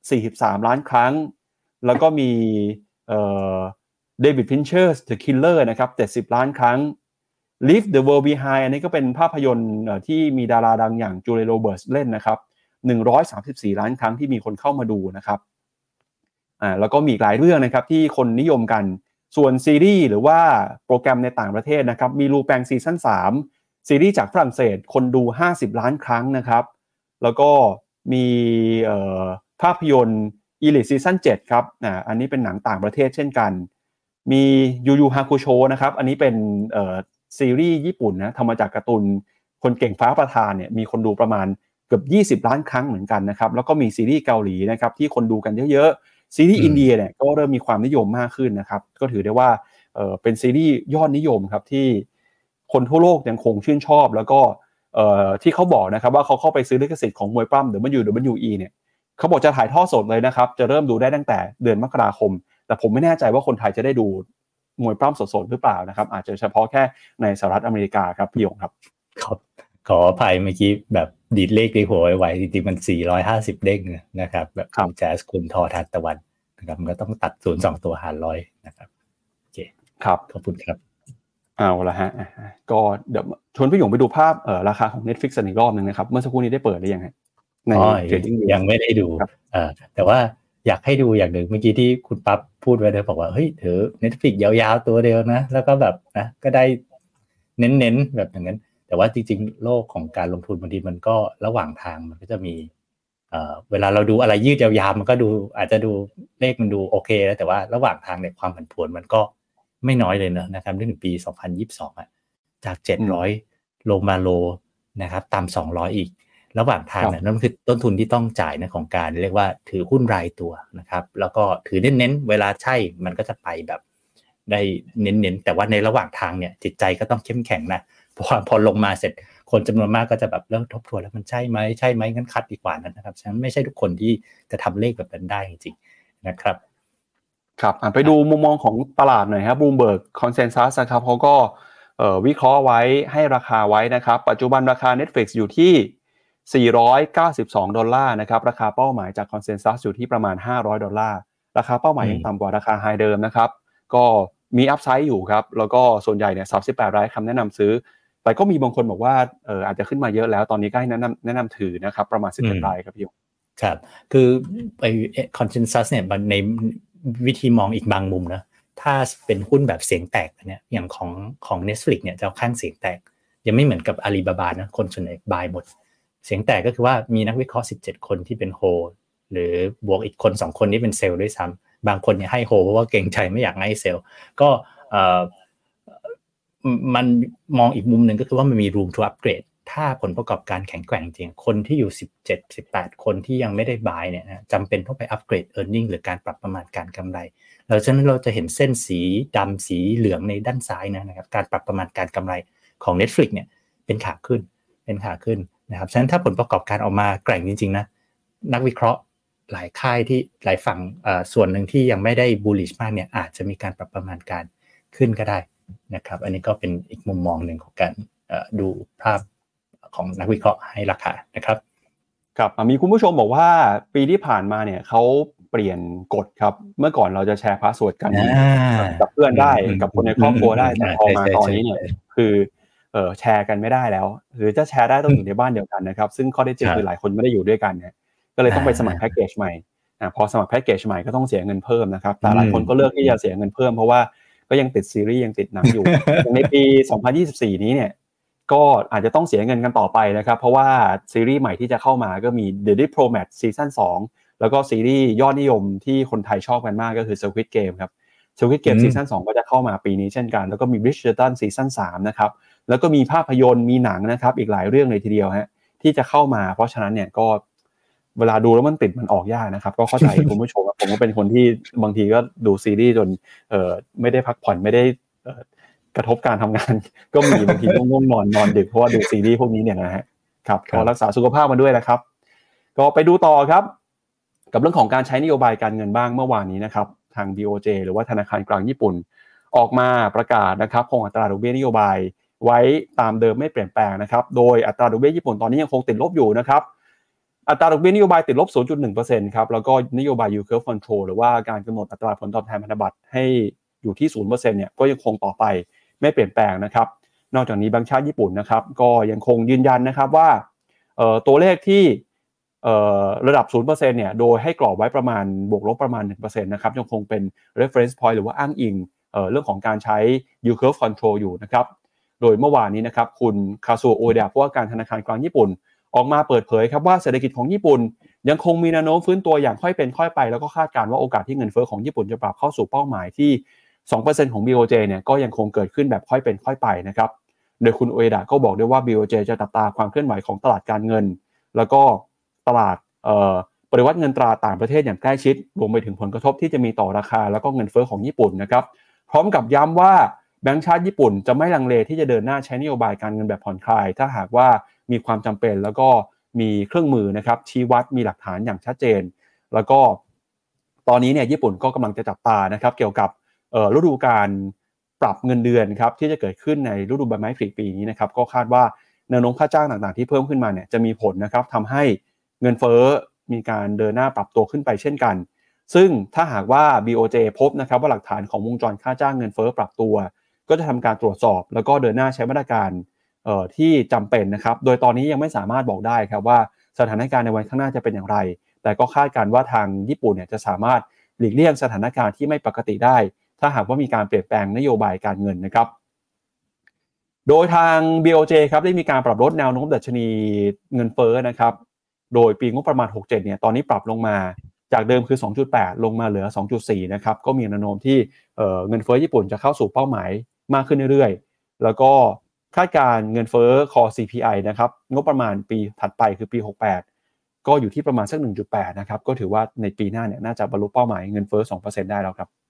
สี่สิบสามล้านครั้งแล้วก็มีเอ่อ David Fincher's The Killer นะครับเจ็ดสิบล้านครั้ง Leave the World Behind อันนี้ก็เป็นภาพยนตร์ที่มีดาราดังอย่าง Julia Roberts เล่นนะครับหนึ่งร้อยสามสิบสี่ล้านครั้งที่มีคนเข้ามาดูนะครับอ่าแล้วก็มีหลายเรื่องนะครับที่คนนิยมกันส่วนซีรีส์หรือว่าโปรแกรมในต่างประเทศนะครับมีลูแปงซีซั่นสามซีรีส์จากฝรั่งเศสคนดูห้าสิบล้านครั้งนะครับแล้วก็มีเอ่อภาพยนตร์ Elite ซีซั่นเจ็ดครับอ่าอันนี้เป็นหนังต่างประเทศเช่นกันมียูยูฮาคุโชนะครับอันนี้เป็นเอ่อซีรีส์ญี่ปุ่นนะทำมาจากการ์ตูนคนเก่งฟ้าประธานเนี่ยมีคนดูประมาณเกือบยี่สิบล้านครั้งเหมือนกันนะครับแล้วก็มีซีรีส์เกาหลีนะครับที่คนดูกันเยอะๆซีรีส์อินเดียเนี่ยก็เริ่มมีความนิยมมากขึ้นนะครับก็ถือได้ว่าเอ่อเป็นซีรีส์ยอดนิยมครับที่คนทั่วโลกยังคงชื่นชอบแล้วก็เอ่อที่เขาบอกนะครับว่าเขาเข้าไปซื้อลิขสิทธิ์ของมวยปล้ำ ดับเบิลยู ดับเบิลยู อี เนี่ยเขาบอกจะถ่ายทอดสดเลยนะครับจะเริ่มดูได้ตั้งแต่เดือนมกราคมแต่ผมไม่แน่ใจว่าคนไทยจะได้ดูมวยปล้ำสดๆหรือเปล่านะครับอาจจะเฉพาะแค่ในสหรัฐอเมริกาครับพี่ยงครับครับขออภัยเมื่อกี้แบบดีดเลขในหัวไว้จริงๆมันสี่ร้อยห้าสิบเด้งนะครับแบบคุณแจ๊สคุณทอทัศน์ตะวันนะครับมันก็ต้องตัดศูนย์ สองตัวหารร้อยนะครับโอเคครับขอบคุณครับเอาละฮะก็เดี๋ยวชวนพี่หยงไปดูภาพเอ่อราคาของ Netflix อีกรอบนึงนะครับเมื่อสักครู่นี้ได้เปิดหรือยังฮะใน Trading View ยังไม่ได้ดูเอ่อแต่ว่าอยากให้ดูอย่างหนึ่งเมื่อกี้ที่คุณปั๊บพูดไว้เลยบอกว่าเฮ้ยถือ Netflix ยาวๆตัวเดียวนะแล้วก็แบบนะก็ได้เน้นๆแบบอย่างนั้นแต่ว่าจริงๆโลกของการลงทุนบางทีมันก็ระหว่างทางมันก็จะมีเอ่อเวลาเราดูอะไรยืดยาวๆมันก็ดูอาจจะดูเลขมันดูโอเคแล้วแต่ว่าระหว่างทางเนี่ยความผันผวนมันก็ไม่น้อยเลยเนอะนะครับในปีสองพันยี่สิบสองอ่ะจากเจ็ดร้อยลงมาโลนะครับต่ำสองร้อยอีกระหว่างทางเนี่ยนั่นคือต้นทุนที่ต้องจ่ายนะของการเรียกว่าถือหุ้นรายตัวนะครับแล้วก็ถือเน้นๆเวลาใช่มันก็จะไปแบบได้เน้นๆแต่ว่าในระหว่างทางเนี่ยจิตใจก็ต้องเข้มแข็งนะเพราะว่าพอลงมาเสร็จคนจำนวนมากก็จะแบบเริ่มทบทวนแล้วมันใช่ไหมใช่ไหมงั้นคัดดีกว่านั้นนะครับฉะนั้นไม่ใช่ทุกคนที่จะทำเลขแบบนั้นได้จริงๆนะครับครับไปดูมุมมองของตลาดหน่อยครับ Bloomberg Consensus นะครับเขาก็เอ่อวิเคราะห์ไว้ให้ราคาไว้นะครับปัจจุบันราคา Netflix อยู่ที่สี่ร้อยเก้าสิบสองดอลลาร์นะครับราคาเป้าหมายจาก Consensus อยู่ที่ประมาณห้าร้อยดอลลาร์ราคาเป้าหมายยังต่ำกว่าราคาไฮเดิมนะครับก็มีอัพไซด์อยู่ครับแล้วก็ส่วนใหญ่เนี่ยสามสิบแปดรายคำแนะนำซื้อแต่ก็มีบางคนบอกว่าเอออาจจะขึ้นมาเยอะแล้วตอนนี้ก็ให้แนะนำแนะนำถือนะครับประมาณสิบเอ็ดรายครับพี่ครับคือไอ้ consensus เนี่ยในวิธีมองอีกบางมุมนะถ้าเป็นหุ้นแบบเสียงแตกเนี่ยอย่างของของ Netflix เนี่ยจะเอาข้างเสียงแตกยังไม่เหมือนกับ Alibaba นะคนส่วนใหญ่บายหมดเสียงแตกก็คือว่ามีนักวิเคราะห์สิบเจ็ดคนที่เป็นโฮหรือบวกอีกคนสองคนที่เป็นเซลล์ด้วยซ้ำบางคนเนี่ยให้โฮเพราะว่าเกรงใจไม่อยากให้เซลล์ก็เอ่อมันมองอีกมุมนึงก็คือว่ามันมี room to upgrade ถ้าผลประกอบการแข็งแกร่งจริงคนที่อยู่สิบเจ็ด สิบแปดคนที่ยังไม่ได้บายเนี่ยนะจำเป็นต้องไปอัปเกรด earning หรือการปรับประมาณการกำไรแล้วฉะนั้นเราจะเห็นเส้นสีดำสีเหลืองในด้านซ้ายนะครับการปรับประมาณการกำไรของ Netflix เนี่ยเป็นขาขึ้นเป็นขาขึ้นนะครับฉะนั้นถ้าผลประกอบการออกมาแกร่งจริงๆนะนักวิเคราะห์หลายค่ายที่หลายฝั่งส่วนหนึ่งที่ยังไม่ได้ bullish มากเนี่ยอาจจะมีการปรับประมาณการขึ้นก็ได้นะครับอันนี้ก็เป็นอีกมุมมองหนึ่งของการดูภาพของนักวิเคราะห์ให้ราคานะครับครับมีคุณผู้ชมบอกว่าปีที่ผ่านมาเนี่ยเขาเปลี่ยนกฎครับเมื่อก่อนเราจะแชร์พาสเวิร์ดกันกับเพื่อนได้กับคนในครอบครัวได้แต่พอมาตอนนี้เนี่ยคือเอ่อแชร์กันไม่ได้แล้วหรือจะแชร์ได้ต้องอยู่ในบ้านเดียวกันนะครับซึ่งข้อเท็จจริงคือหลายคนไม่ได้อยู่ด้วยกันเนี่ยก็เลยต้องไปสมัครแพ็คเกจใหม่อ่าพอสมัครแพ็คเกจใหม่ก็ต้องเสียเงินเพิ่มนะครับแต่หลายคนก็เลือกที่จะเสียเงินเพิ่มเพราะว่าก็ยังติดซีรีส์ยังติดหนังอยู่ในปีสองพันยี่สิบสี่นี้เนี่ยก็อาจจะต้องเสียเงินกันต่อไปนะครับเพราะว่าซีรีส์ใหม่ที่จะเข้ามาก็มี The Diplomat ซีซั่นสองแล้วก็ซีรีส์ยอดนิยมที่คนไทยชอบกันมากก็คือ Squid Game ครับ Squid Game ซีซั่นสองก็จะเข้ามาปีนี้เช่นกันแล้วก็มี Bridgerton ซีซั่นสามนะครับแล้วก็มีภาพยนตร์มีหนังนะครับอีกหลายเรื่องเลยทีเดียวฮะที่จะเข้ามาเพราะฉะนั้นเนี่ยก็เวลาดูแล้วมันติดมันออกยากนะครับก็เข้าใจ คุณผู้ชมผมก็เป็นคนที่บางทีก็ดูซีรีส์จนเอ่อไม่ได้พักผ่อนไม่ได้เอ่อกระทบการทำงานก็มีบางทีต้องง่วงนอนนอนดึกเพราะว่าดูซีรีส์พวกนี้เนี่ยนะฮะครับก็รักษาสุขภาพมันด้วยนะครับก็ไปดูต่อครับกับเรื่องของการใช้นโยบายการเงินบ้างเมื่อวานนี้นะครับทาง บี โอ เจ หรือว่าธนาคารกลางญี่ปุ่นออกมาประกาศนะครับคงอัตราดอกเบี้ยนโยบายไว้ตามเดิมไม่เปลี่ยนแปลงนะครับโดยอัตราดอกเบี้ยญี่ปุ่นตอนนี้ยังคงติดลบอยู่นะครับอัตราดอกเบี้ยนโยบายติดลบ ศูนย์จุดหนึ่งเปอร์เซ็นต์ ครับแล้วก็นโยบาย yield curve control หรือว่าการกำหนดอัตราผลตอบแทนพันธบัตรให้อยู่ที่ ศูนย์เปอร์เซ็นต์ เนี่ยก็ยังคงต่อไปไม่เปลี่ยนแปลงนะครับนอกจากนี้แบงก์ชาติญี่ปุ่นนะครับก็ยังคงยืนยันนะครับว่าเอ่อตัวเลขที่เอ่อระดับ ศูนย์เปอร์เซ็นต์ เนี่ยโดยให้กรอบไว้ประมาณบวกลบประมาณ หนึ่งเปอร์เซ็นต์ นะครับยังคงเป็น reference point หรือว่าอ้างอิงเอ่อเรื่องของการใช้ yield curve control อยู่นะครับโดยเมื่อวานนี้นะครับคุณคาซุโอเดะผู้ว่าการธนาคารกลางญี่ปุ่นออกมาเปิดเผยครับว่าเศรษฐกิจของญี่ปุ่นยังคงมีแนวโน้มฟื้นตัวอย่างค่อยเป็นค่อยไปแล้วก็คาดการณ์ว่าโอกาสที่เงินเฟ้อของญี่ปุ่นจะปรับเข้าสู่เป้าหมายที่ สองเปอร์เซ็นต์ ของ บี โอ เจ เนี่ยก็ยังคงเกิดขึ้นแบบค่อยเป็นค่อยไปนะครับโดยคุณโอเอดะก็บอกด้วยว่า บี โอ เจ จะจับตาความเคลื่อนไหวของตลาดการเงินแล้วก็ตลาดเอ่อปริวัติเงินตราต่างประเทศอย่างใกล้ชิดรวมไปถึงผลกระทบที่จะมีต่อราคาแล้วก็เงินเฟ้อของญี่ปุ่นนะครับพร้อมกับย้ำว่าแบงก์ชาติญี่ปุ่นจะไม่ลังเลที่จะเดินหน้าใช้นโยบายการเงินแบบผ่อนคลายถ้าหากว่ามีความจำเป็นแล้วก็มีเครื่องมือนะครับชี้วัดมีหลักฐานอย่างชัดเจนแล้วก็ตอนนี้เนี่ยญี่ปุ่นก็กำลังจะจับตานะครับเกี่ยวกับเอ่อฤดูกาลปรับเงินเดือนครับที่จะเกิดขึ้นในฤดูใบไม้ผลิปีนี้นะครับก็คาดว่าแนวโน้มค่าจ้างต่างๆที่เพิ่มขึ้นมาเนี่ยจะมีผลนะครับทำให้เงินเฟ้อมีการเดินหน้าปรับตัวขึ้นไปเช่นกันซึ่งถ้าหากว่า บี โอ เจ พบนะครับว่าหลักฐานของวงจรค่าจ้างเงินเฟ้อปรับตัวก็จะทำการตรวจสอบแล้วก็เดินหน้าใช้มาตรการเอ่อที่จำเป็นนะครับโดยตอนนี้ยังไม่สามารถบอกได้ครับว่าสถานการณ์ในวันข้างหน้าจะเป็นอย่างไรแต่ก็คาดการณ์ว่าทางญี่ปุ่นเนี่ยจะสามารถหลีกเลี่ยงสถานการณ์ที่ไม่ปกติได้ถ้าหากว่ามีการเปลี่ยนแปลงนโยบายการเงินนะครับโดยทาง บี โอ เจ ครับได้มีการปรับลดแนวโน้มดัชนีเงินเฟ้อนะครับโดยปีงบประมาณหกสิบเจ็ดเนี่ยตอนนี้ปรับลงมาจากเดิมคือ สองจุดแปด ลงมาเหลือ สองจุดสี่ นะครับก็มีแนวโน้มที่เอ่อเงินเฟ้อญี่ปุ่นจะเข้าสู่เป้าหมายมากขึ้นเรื่อยๆแล้วก็คาดการเงินเฟ้อ Core ซี พี ไอ นะครับงบประมาณปีถัดไปคือปีหกสิบแปดก็อยู่ที่ประมาณสัก หนึ่งจุดแปด นะครับก็ถือว่าในปีหน้าเนี่ยน่าจะบรรลุเป้าหมายเงินเฟ้อ สองเปอร์เซ็นต์ ได้แล้วครับ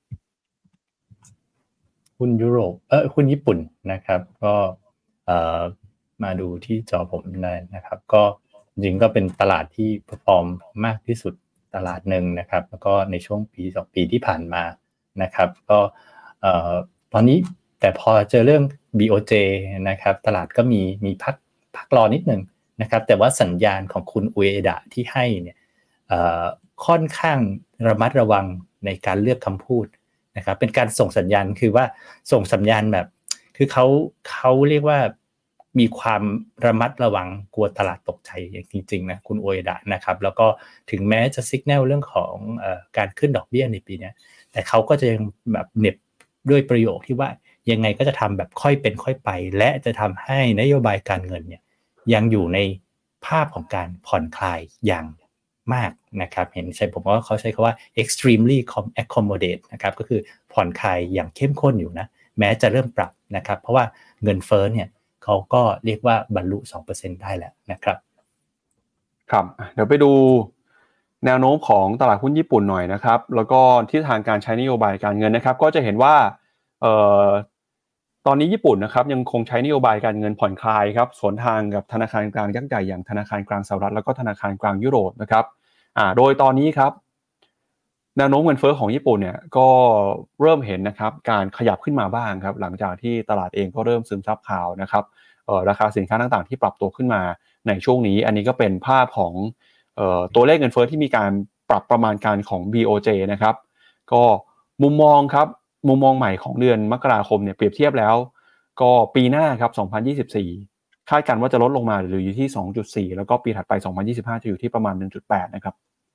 หุ้นยุโรปเออหุ้นญี่ปุ่นนะครับก็เอ่อมาดูที่จอผมได้นะครับก็จริงก็เป็นตลาดที่เพอร์ฟอร์มมากที่สุดตลาดหนึ่งนะครับแล้วก็ในช่วงปีสองปีที่ผ่านมานะครับก็เอ่อตอนนี้แต่พอเจอเรื่อง บี โอ เจ นะครับตลาดก็มีมีพักพักรอนิดนึงนะครับแต่ว่าสัญญาณของคุณอุเอดะที่ให้เนี่ยเอ่อค่อนข้างระมัดระวังในการเลือกคำพูดนะครับเป็นการส่งสัญญาณคือว่าส่งสัญญาณแบบคือเขาเขาเรียกว่ามีความระมัดระวังกลัวตลาดตกใจอย่างจริงๆนะคุณโอเอดะนะครับแล้วก็ถึงแม้จะสัญญาณเรื่องของเอ่อการขึ้นดอกเบี้ยในปีนี้แต่เขาก็จะยังแบบเน็บด้วยประโยคที่ว่ายังไงก็จะทำแบบค่อยเป็นค่อยไปและจะทำให้นโยบายการเงินเนี่ยยังอยู่ในภาพของการผ่อนคลายอย่างมากนะครับเห็นใช่ผมว่าเขาใช้คำว่า extremely accommodate นะครับก็คือผ่อนคลายอย่างเข้มข้นอยู่นะแม้จะเริ่มปรับนะครับเพราะว่าเงินเฟ้อเนี่ยเขาก็เรียกว่าบรรลุ สองเปอร์เซ็นต์ ได้แล้วนะครับครับเดี๋ยวไปดูแนวโน้มของตลาดหุ้นญี่ปุ่นหน่อยนะครับแล้วก็ทิศทางการใช้นโยบายการเงินนะครับก็จะเห็นว่าเอ่อตอนนี้ญี่ปุ่นนะครับยังคงใช้นโยบายการเงินผ่อนคลายครับสวนทางกับธนาคารกลางยักษ์ใหญ่อย่างธนาคารกลางสหรัฐแล้วก็ธนาคารกลางยุโรปนะครับอ่าโดยตอนนี้ครับแนวโน้มเงินเฟ้อของญี่ปุ่นเนี่ยก็เริ่มเห็นนะครับการขยับขึ้นมาบ้างครับหลังจากที่ตลาดเองก็เริ่มซึมซับข่าวนะครับเอ่อราคาสินค้าต่างๆที่ปรับตัวขึ้นมาในช่วงนี้อันนี้ก็เป็นภาพของเอ่อตัวเลขเงินเฟ้อที่มีการปรับประมาณการของ บี โอ เจ นะครับก็มุมมองครับมุมมองใหม่ของเดือนมกราคมเนี่ยเปรียบเทียบแล้วก็ปีหน้าครับสองพันยี่สิบสี่คาดการณ์ว่าจะลดลงมาหรืออยู่ที่ สองจุดสี่ แล้วก็ปีถัดไปสองพันยี่สิบห้าจะอยู่ที่ประมาณ หนึ่งจุดแปด นะครับ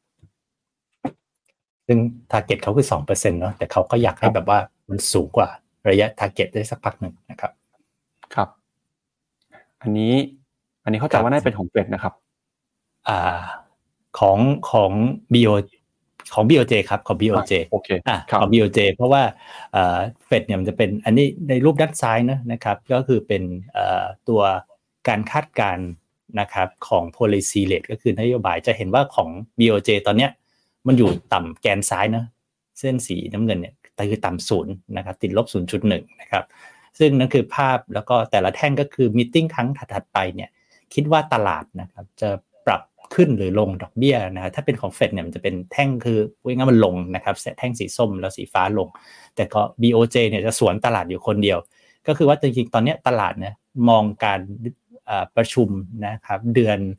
ซึ่ง target เขาคือ สองเปอร์เซ็นต์ เนาะแต่เขาก็อยากให้แบบว่ามันสูงกว่าระยะ target ได้สักพักหนึ่งนะครับครับอันนี้อันนี้เข้าใจว่าน่าเป็นของเฟดนะครับอ่าของของ บี โอ ของ บี โอ เจ ครับของ บี โอ เจโอเคอ่ะของ บี โอ เจ เพราะว่าเอ่อเฟดเนี่ยมันจะเป็นอันนี้ในรูปด้านซ้ายนะนะครับก็คือเป็นเอ่อตัวการคาดการณ์นะครับของ policy rate ก็คือนโยบายจะเห็นว่าของ บี โอ เจ ตอนเนี้ยมันอยู่ต่ำแกนซ้ายนะเส้นสีน้ำเงินเนี่ยแต่คือต่ำศูนย์นะครับติดลบ ศูนย์จุดหนึ่ง นะครับซึ่งนั่นคือภาพแล้วก็แต่ละแท่งก็คือมีตติ้งครั้งถัดๆไปเนี่ยคิดว่าตลาดนะครับจะปรับขึ้นหรือลงดอกเบี้ยนะถ้าเป็นของเฟดเนี่ยมันจะเป็นแท่งคือว่างั้นมันลงนะครับแท่งสีส้มแล้วสีฟ้าลงแต่ก็ บี โอ เจ เนี่ยจะสวนตลาดอยู่คนเดียวก็คือว่าจริงๆตอนนี้ตลาดเนี่ยมองการประชุมนะครับเดือน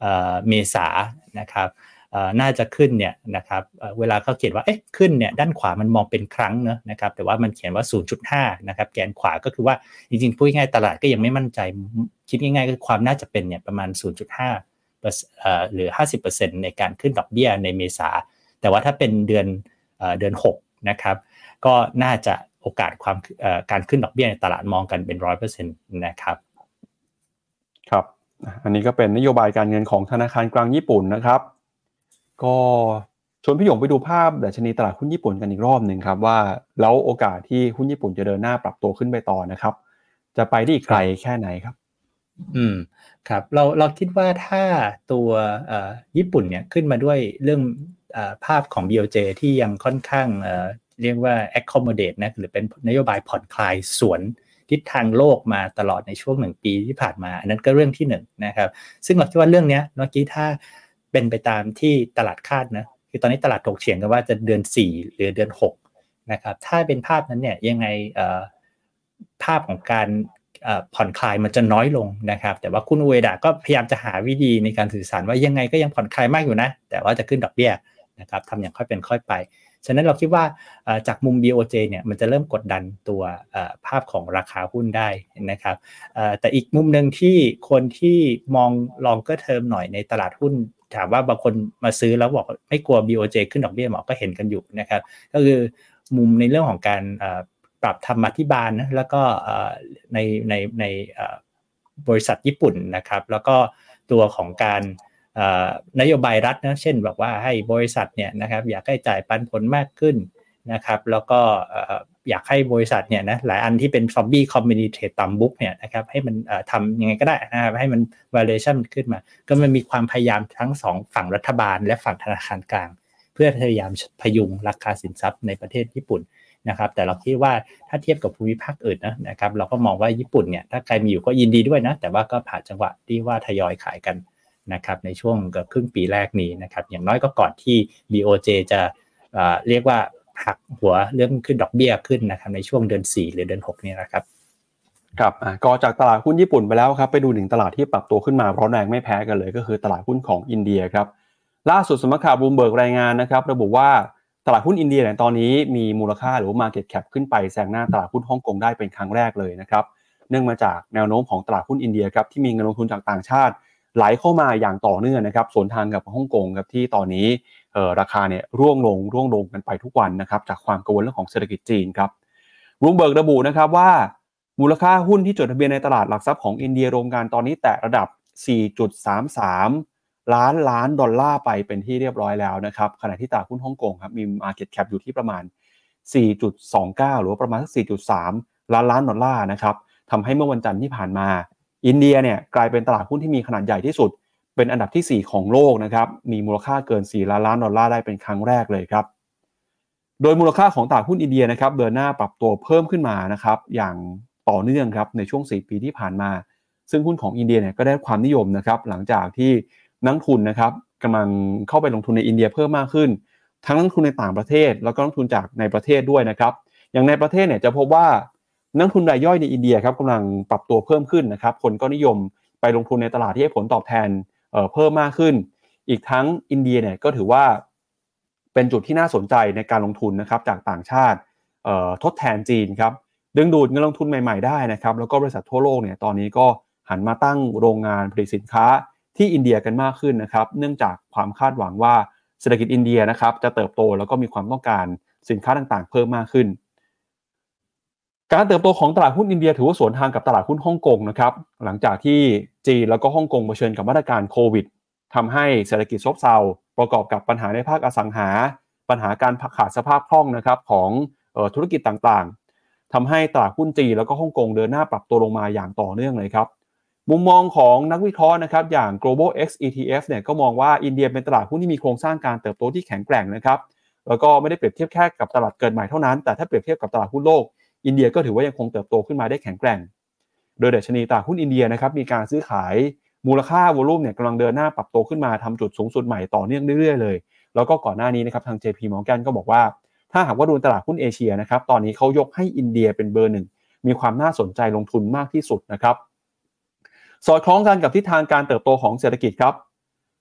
เมษานะครับน่าจะขึ้นเนี่ยนะครับเวลาเขาเขียนว่าเอ๊ะขึ้นเนี่ยด้านขวามันมองเป็นครั้งเนอะนะครับแต่ว่ามันเขียนว่า ศูนย์จุดห้า นะครับแกนขวาก็คือว่าจริงๆพูดง่ายๆตลาดก็ยังไม่มั่นใจคิดง่ายๆคือความน่าจะเป็นเนี่ยประมาณ ศูนย์จุดห้า เอ่อหรือ ห้าสิบเปอร์เซ็นต์ ในการขึ้นดอกเบี้ยในเมษาแต่ว่าถ้าเป็นเดือนเอ่อเดือนหกนะครับก็น่าจะโอกาสความเอ่อการขึ้นดอกเบี้ยในตลาดมองกันเป็น หนึ่งร้อยเปอร์เซ็นต์ นะครับครับอันนี้ก็เป็นนโยบายการเงินของธนาคารกลางญี่ปุ่นนะครับก็ชวนพี่หยงไปดูภาพดัชนีตลาดหุ้นญี่ปุ่นกันอีกรอบหนึ่งครับว่าแล้วโอกาสที่หุ้นญี่ปุ่นจะเดินหน้าปรับตัวขึ้นไปต่อนะครับจะไปได้อีกไกลแค่ไหนครับอืมครับเราเราคิดว่าถ้าตัวเอ่อญี่ปุ่นเนี่ยขึ้นมาด้วยเรื่องเอ่อภาพของ บี โอ เจ ที่ยังค่อนข้างเอ่อเรียกว่า accommodate นะหรือเป็นนโยบายผ่อนคลายสวนทิศทางโลกมาตลอดในช่วงหนึ่งปีที่ผ่านมาอันนั้นก็เรื่องที่หนึ่งนะครับซึ่งเราคิดว่าเรื่องนี้เมื่อกี้ถ้าเป็นไปตามที่ตลาดคาดนะคือตอนนี้ตลาดถกเถียงกันว่าจะเดือนสี่หรือเดือนหกนะครับถ้าเป็นภาพนั้นเนี่ยยังไงเอ่อภาพของการผ่อนคลายมันจะน้อยลงนะครับแต่ว่าคุณอุเอดะก็พยายามจะหาวิธีในการสื่อสารว่ายังไงก็ยังผ่อนคลายมากอยู่นะแต่ว่าจะขึ้นดอกเบี้ยนะครับทำอย่างค่อยเป็นค่อยไปฉะนั้นเราคิดว่าจากมุม บี โอ เจ เนี่ยมันจะเริ่มกดดันตัวภาพของราคาหุ้นได้นะครับแต่อีกมุมนึงที่คนที่มอง longer term หน่อยในตลาดหุ้นถามว่าบางคนมาซื้อแล้วบอกไม่กลัว บี โอ เจ ขึ้นดอกเบี้ยหมอก็เห็นกันอยู่นะครับก็คือมุมในเรื่องของการปรับธรรมาภิบาลนะแล้วก็ในในในบริษัทญี่ปุ่นนะครับแล้วก็ตัวของการนโยบายรัฐนะเช่นบอกว่าให้บริษัทเนี่ยนะครับอยากให้จ่ายปันผลมากขึ้นนะครับแล้วก็อยากให้บริษัทเนี่ยนะหลายอันที่เป็นซอมบี้คอมมิวนิตี้ต่ำบุ๊กเนี่ยนะครับให้มันทำยังไงก็ได้นะครับให้มัน valuation ขึ้นมาก็มันมีความพยายามทั้งสองฝั่งรัฐบาลและฝั่งธนาคารกลางเพื่อพยายามพยุงราคาสินทรัพย์ในประเทศญี่ปุ่นนะครับแต่เราคิดว่าถ้าเทียบกับภูมิภาคอื่นนะนะครับเราก็มองว่าญี่ปุ่นเนี่ยถ้าใครมีอยู่ก็ยินดีด้วยนะแต่ว่าก็ผ่านจังหวะที่ว่าทยอยขายกันนะครับในช่วงเกือบครึ่งปีแรกนี้นะครับอย่างน้อยก็ก่อนที่ บี โอ เจ จะเอ่อเรียกว่าหักหัวเรื่องขึ้นดอกเบี้ยขึ้นนะครับในช่วงเดือนสี่หรือเดือนหกนี่นะครับครับอ่ะก็จากตลาดหุ้นญี่ปุ่นไปแล้วครับไปดูถึงตลาดที่ปรับตัวขึ้นมาร้อนแรงไม่แพ้กันเลยก็คือตลาดหุ้นของอินเดียครับล่าสุดสำนักข่าวบลูมเบิร์กรายงานนะครับระบุว่าตลาดหุ้นอินเดียเนี่ยตอนนี้มีมูลค่าหรือว่า market cap ขึ้นไปแซงหน้าตลาดหุ้นฮ่องกงได้เป็นครั้งแรกเลยนะครับเนื่องมาจากแนวโน้มของตลาดหุ้นอินเดียครับที่มีเงินลงทุนจากต่างชาติไหลเข้ามาอย่างต่อเนื่องนะครับสวนทางกับฮ่องกงครับที่ตอนนี้เอ่อราคาเนี่ยร่วงลงร่วงลงกันไปทุกวันนะครับจากความกังวลเรื่องของเศรษฐกิจจีนครับบลูมเบิร์กระบุนะครับว่ามูลค่าหุ้นที่จดทะเบียนในตลาดหลักทรัพย์ของอินเดียรวมกันตอนนี้แตะระดับ สี่จุดสามสาม ล้านล้านดอลลาร์ไปเป็นที่เรียบร้อยแล้วนะครับขณะที่ตลาดหุ้นฮ่องกงครับมี market cap อยู่ที่ประมาณ สี่จุดสองเก้า หรือว่าประมาณสัก สี่จุดสาม ล้านล้านดอลลาร์นะครับทำให้เมื่อวันจันทร์ที่ผ่านมาอินเดียเนี่ยกลายเป็นตลาดหุ้นที่มีขนาดใหญ่ที่สุดเป็นอันดับที่สี่ของโลกนะครับมีมูลค่าเกินสี่ล้านล้านดอลลาร์ได้เป็นครั้งแรกเลยครับโดยมูลค่าของตลาดหุ้นอินเดียนะครับเดินหน้าปรับตัวเพิ่มขึ้นมานะครับอย่างต่อเนื่องครับในช่วงสี่ปีที่ผ่านมาซึ่งหุ้นของอินเดียเนี่ยก็ได้ความนิยมนะครับหลังจากที่นักทุนนะครับกำลังเข้าไปลงทุนในอินเดียเพิ่มมากขึ้นทั้งนักทุนในต่างประเทศแล้วก็นักทุนจากในประเทศด้วยนะครับอย่างในประเทศเนี่ยจะพบว่านักทุนรายย่อยในอินเดียครับกำลังปรับตัวเพิ่มขึ้นนะครับคนก็นิยมไปลงทุนในตลาดที่ให้ผลตอบแทนเอ่อเพิ่มมากขึ้นอีกทั้งอินเดียเนี่ยก็ถือว่าเป็นจุดที่น่าสนใจในการลงทุนนะครับจากต่างชาติเอ่อทดแทนจีนครับดึงดูดเงินลงทุนใหม่ๆได้นะครับแล้วก็บริษัททั่วโลกเนี่ยตอนนี้ก็หันมาตั้งโรงงานผลิตสินค้าที่อินเดียกันมากขึ้นนะครับเนื่องจากความคาดหวังว่าเศรษฐกิจอินเดียนะครับจะเติบโตแล้วก็มีความต้องการสินค้าต่างๆเพิ่มมากขึ้นการเติบโตของตลาดหุ้นอินเดียถือว่าสวนทางกับตลาดหุ้นฮ่องกงนะครับหลังจากที่จีนแล้วก็ฮ่องกงเผชิญกับมาตรการโควิดทำให้เศรษฐกิจซบเซาประกอบกับปัญหาในภาคอสังหาปัญหาการขาดสภาพคล่องนะครับของเอ่อธุรกิจต่างๆทำให้ตลาดหุ้นจีนแล้วก็ฮ่องกงเดินหน้าปรับตัวลงมาอย่างต่อเนื่องเลยครับมุมมองของนักวิเคราะห์นะครับอย่าง Global X อี ที เอฟ เนี่ยก็มองว่าอินเดียเป็นตลาดหุ้นที่มีโครงสร้างการเติบโตที่แข็งแกร่งนะครับแล้วก็ไม่ได้เปรียบเทียบแค่กับตลาดเกิดใหม่เท่านั้นแต่ถ้าเปรียบเทียบกับตลาดหุ้นโลกอินเดียก็ถือว่ายังคงเติบโตขึ้นมาได้แข็งแกร่งโดยดัชนีตลาดหุ้นอินเดียนะครับมีการซื้อขายมูลค่าวอลุ่มเนี่ยกำลังเดินหน้าปรับโตขึ้นมาทำจุดสูงสุดใหม่ต่อเนื่องเรื่อยๆเลยแล้วก็ก่อนหน้านี้นะครับทาง เจ พี Morgan ก็บอกว่าถ้าหากว่าดูตลาดหุ้นเอเชียนะครับตอนนี้เขายกให้อินเดียเป็นเบอร์หนึ่งมีความน่าสนใจลงทุนมากที่สุดนะครับสอดคล้องกันกับทิศทางการเติบโตของเศรษฐกิจครับ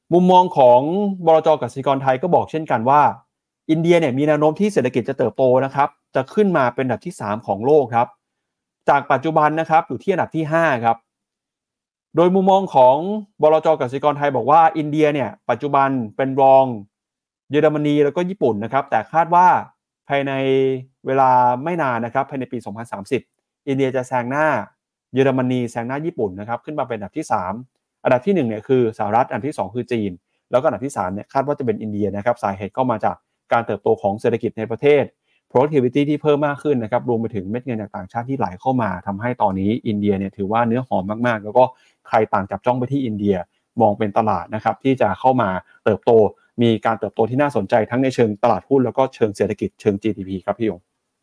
มุมมองของบลจ.กสิกรไทยก็บอกเช่นกันว่าอินเดียเนี่ยมีแนวโน้มที่เศรษฐกิจจะเติบโตนะครับจะขึ้นมาเป็นอันดับที่สามของโลกครับจากปัจจุบันนะครับอยู่ที่อันดับที่ห้าครับโดยมุมมองของบลจ.กสิกรไทยบอกว่าอินเดียเนี่ยปัจจุบันเป็นรองเยอรมนีแล้วก็ญี่ปุ่นนะครับแต่คาดว่าภายในเวลาไม่นานนะครับภายในปีสองพันสามสิบอินเดียจะแซงหน้าเยอรมนีแซงหน้าญี่ปุ่นนะครับขึ้นมาเป็นอันดับที่สามอันดับที่หนึ่งเนี่ยคือสหรัฐอันดับที่สองคือจีนแล้วก็อันดับที่สามเนี่ยคาดว่าจะเป็นอินเดียนะครับสาเหตุก็มาจากการเติบโตของเศรษฐกิจในประเทศ productivity ที่เพิ่มมากขึ้นนะครับรวมไปถึงเม็ดเงินจากต่างชาติที่ไหลเข้ามาทำให้ตอนนี้อินเดียเนี่ยถือว่าเนื้อหอมมากๆแล้วก็ใครต่างจับจ้องไปที่อินเดียมองเป็นตลาดนะครับที่จะเข้ามาเติบโตมีการเติบโตที่น่าสนใจทั้งในเชิงตลาดหุ้นแล้วก็เชิงเศรษฐกิจเชิง จี ดี พี ครับพี่ยง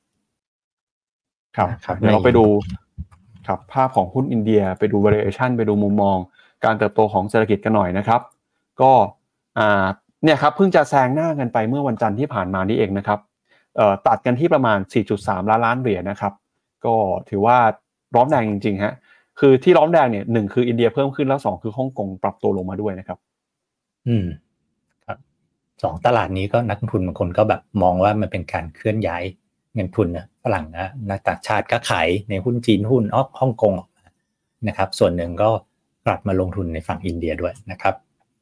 ครับเดี๋ยวเราไปดูครับภาพของหุ้นอินเดียไปดู valuation ไปดูมุมมองการเติบโตของเศรษฐกิจกันหน่อยนะครับก็อ่าเนี่ยครับเพิ่งจะแซงหน้ากันไปเมื่อวันจันทร์ที่ผ่านมานี่เองนะครับเอ่อตัดกันที่ประมาณ สี่จุดสาม ล้านล้านเหรียญนะครับก็ถือว่าร้อนแรงจริงๆฮะคือที่ร้อนแรงเนี่ยหนึ่งคืออินเดียเพิ่มขึ้นแล้วสองคือฮ่องกงปรับตัวลงมาด้วยนะครับอืมครับสองตลาดนี้ก็นักลงทุนบางคนก็แบบมองว่ามันเป็นการเคลื่อนย้ายเงินทุนนะฝรั่งนะนักต่างชาติก็ขายในหุ้นจีนหุ้นออกฮ่องกงนะครับส่วนหนึ่งก็กลับมาลงทุนในฝั่งอินเดียด้วยนะครับ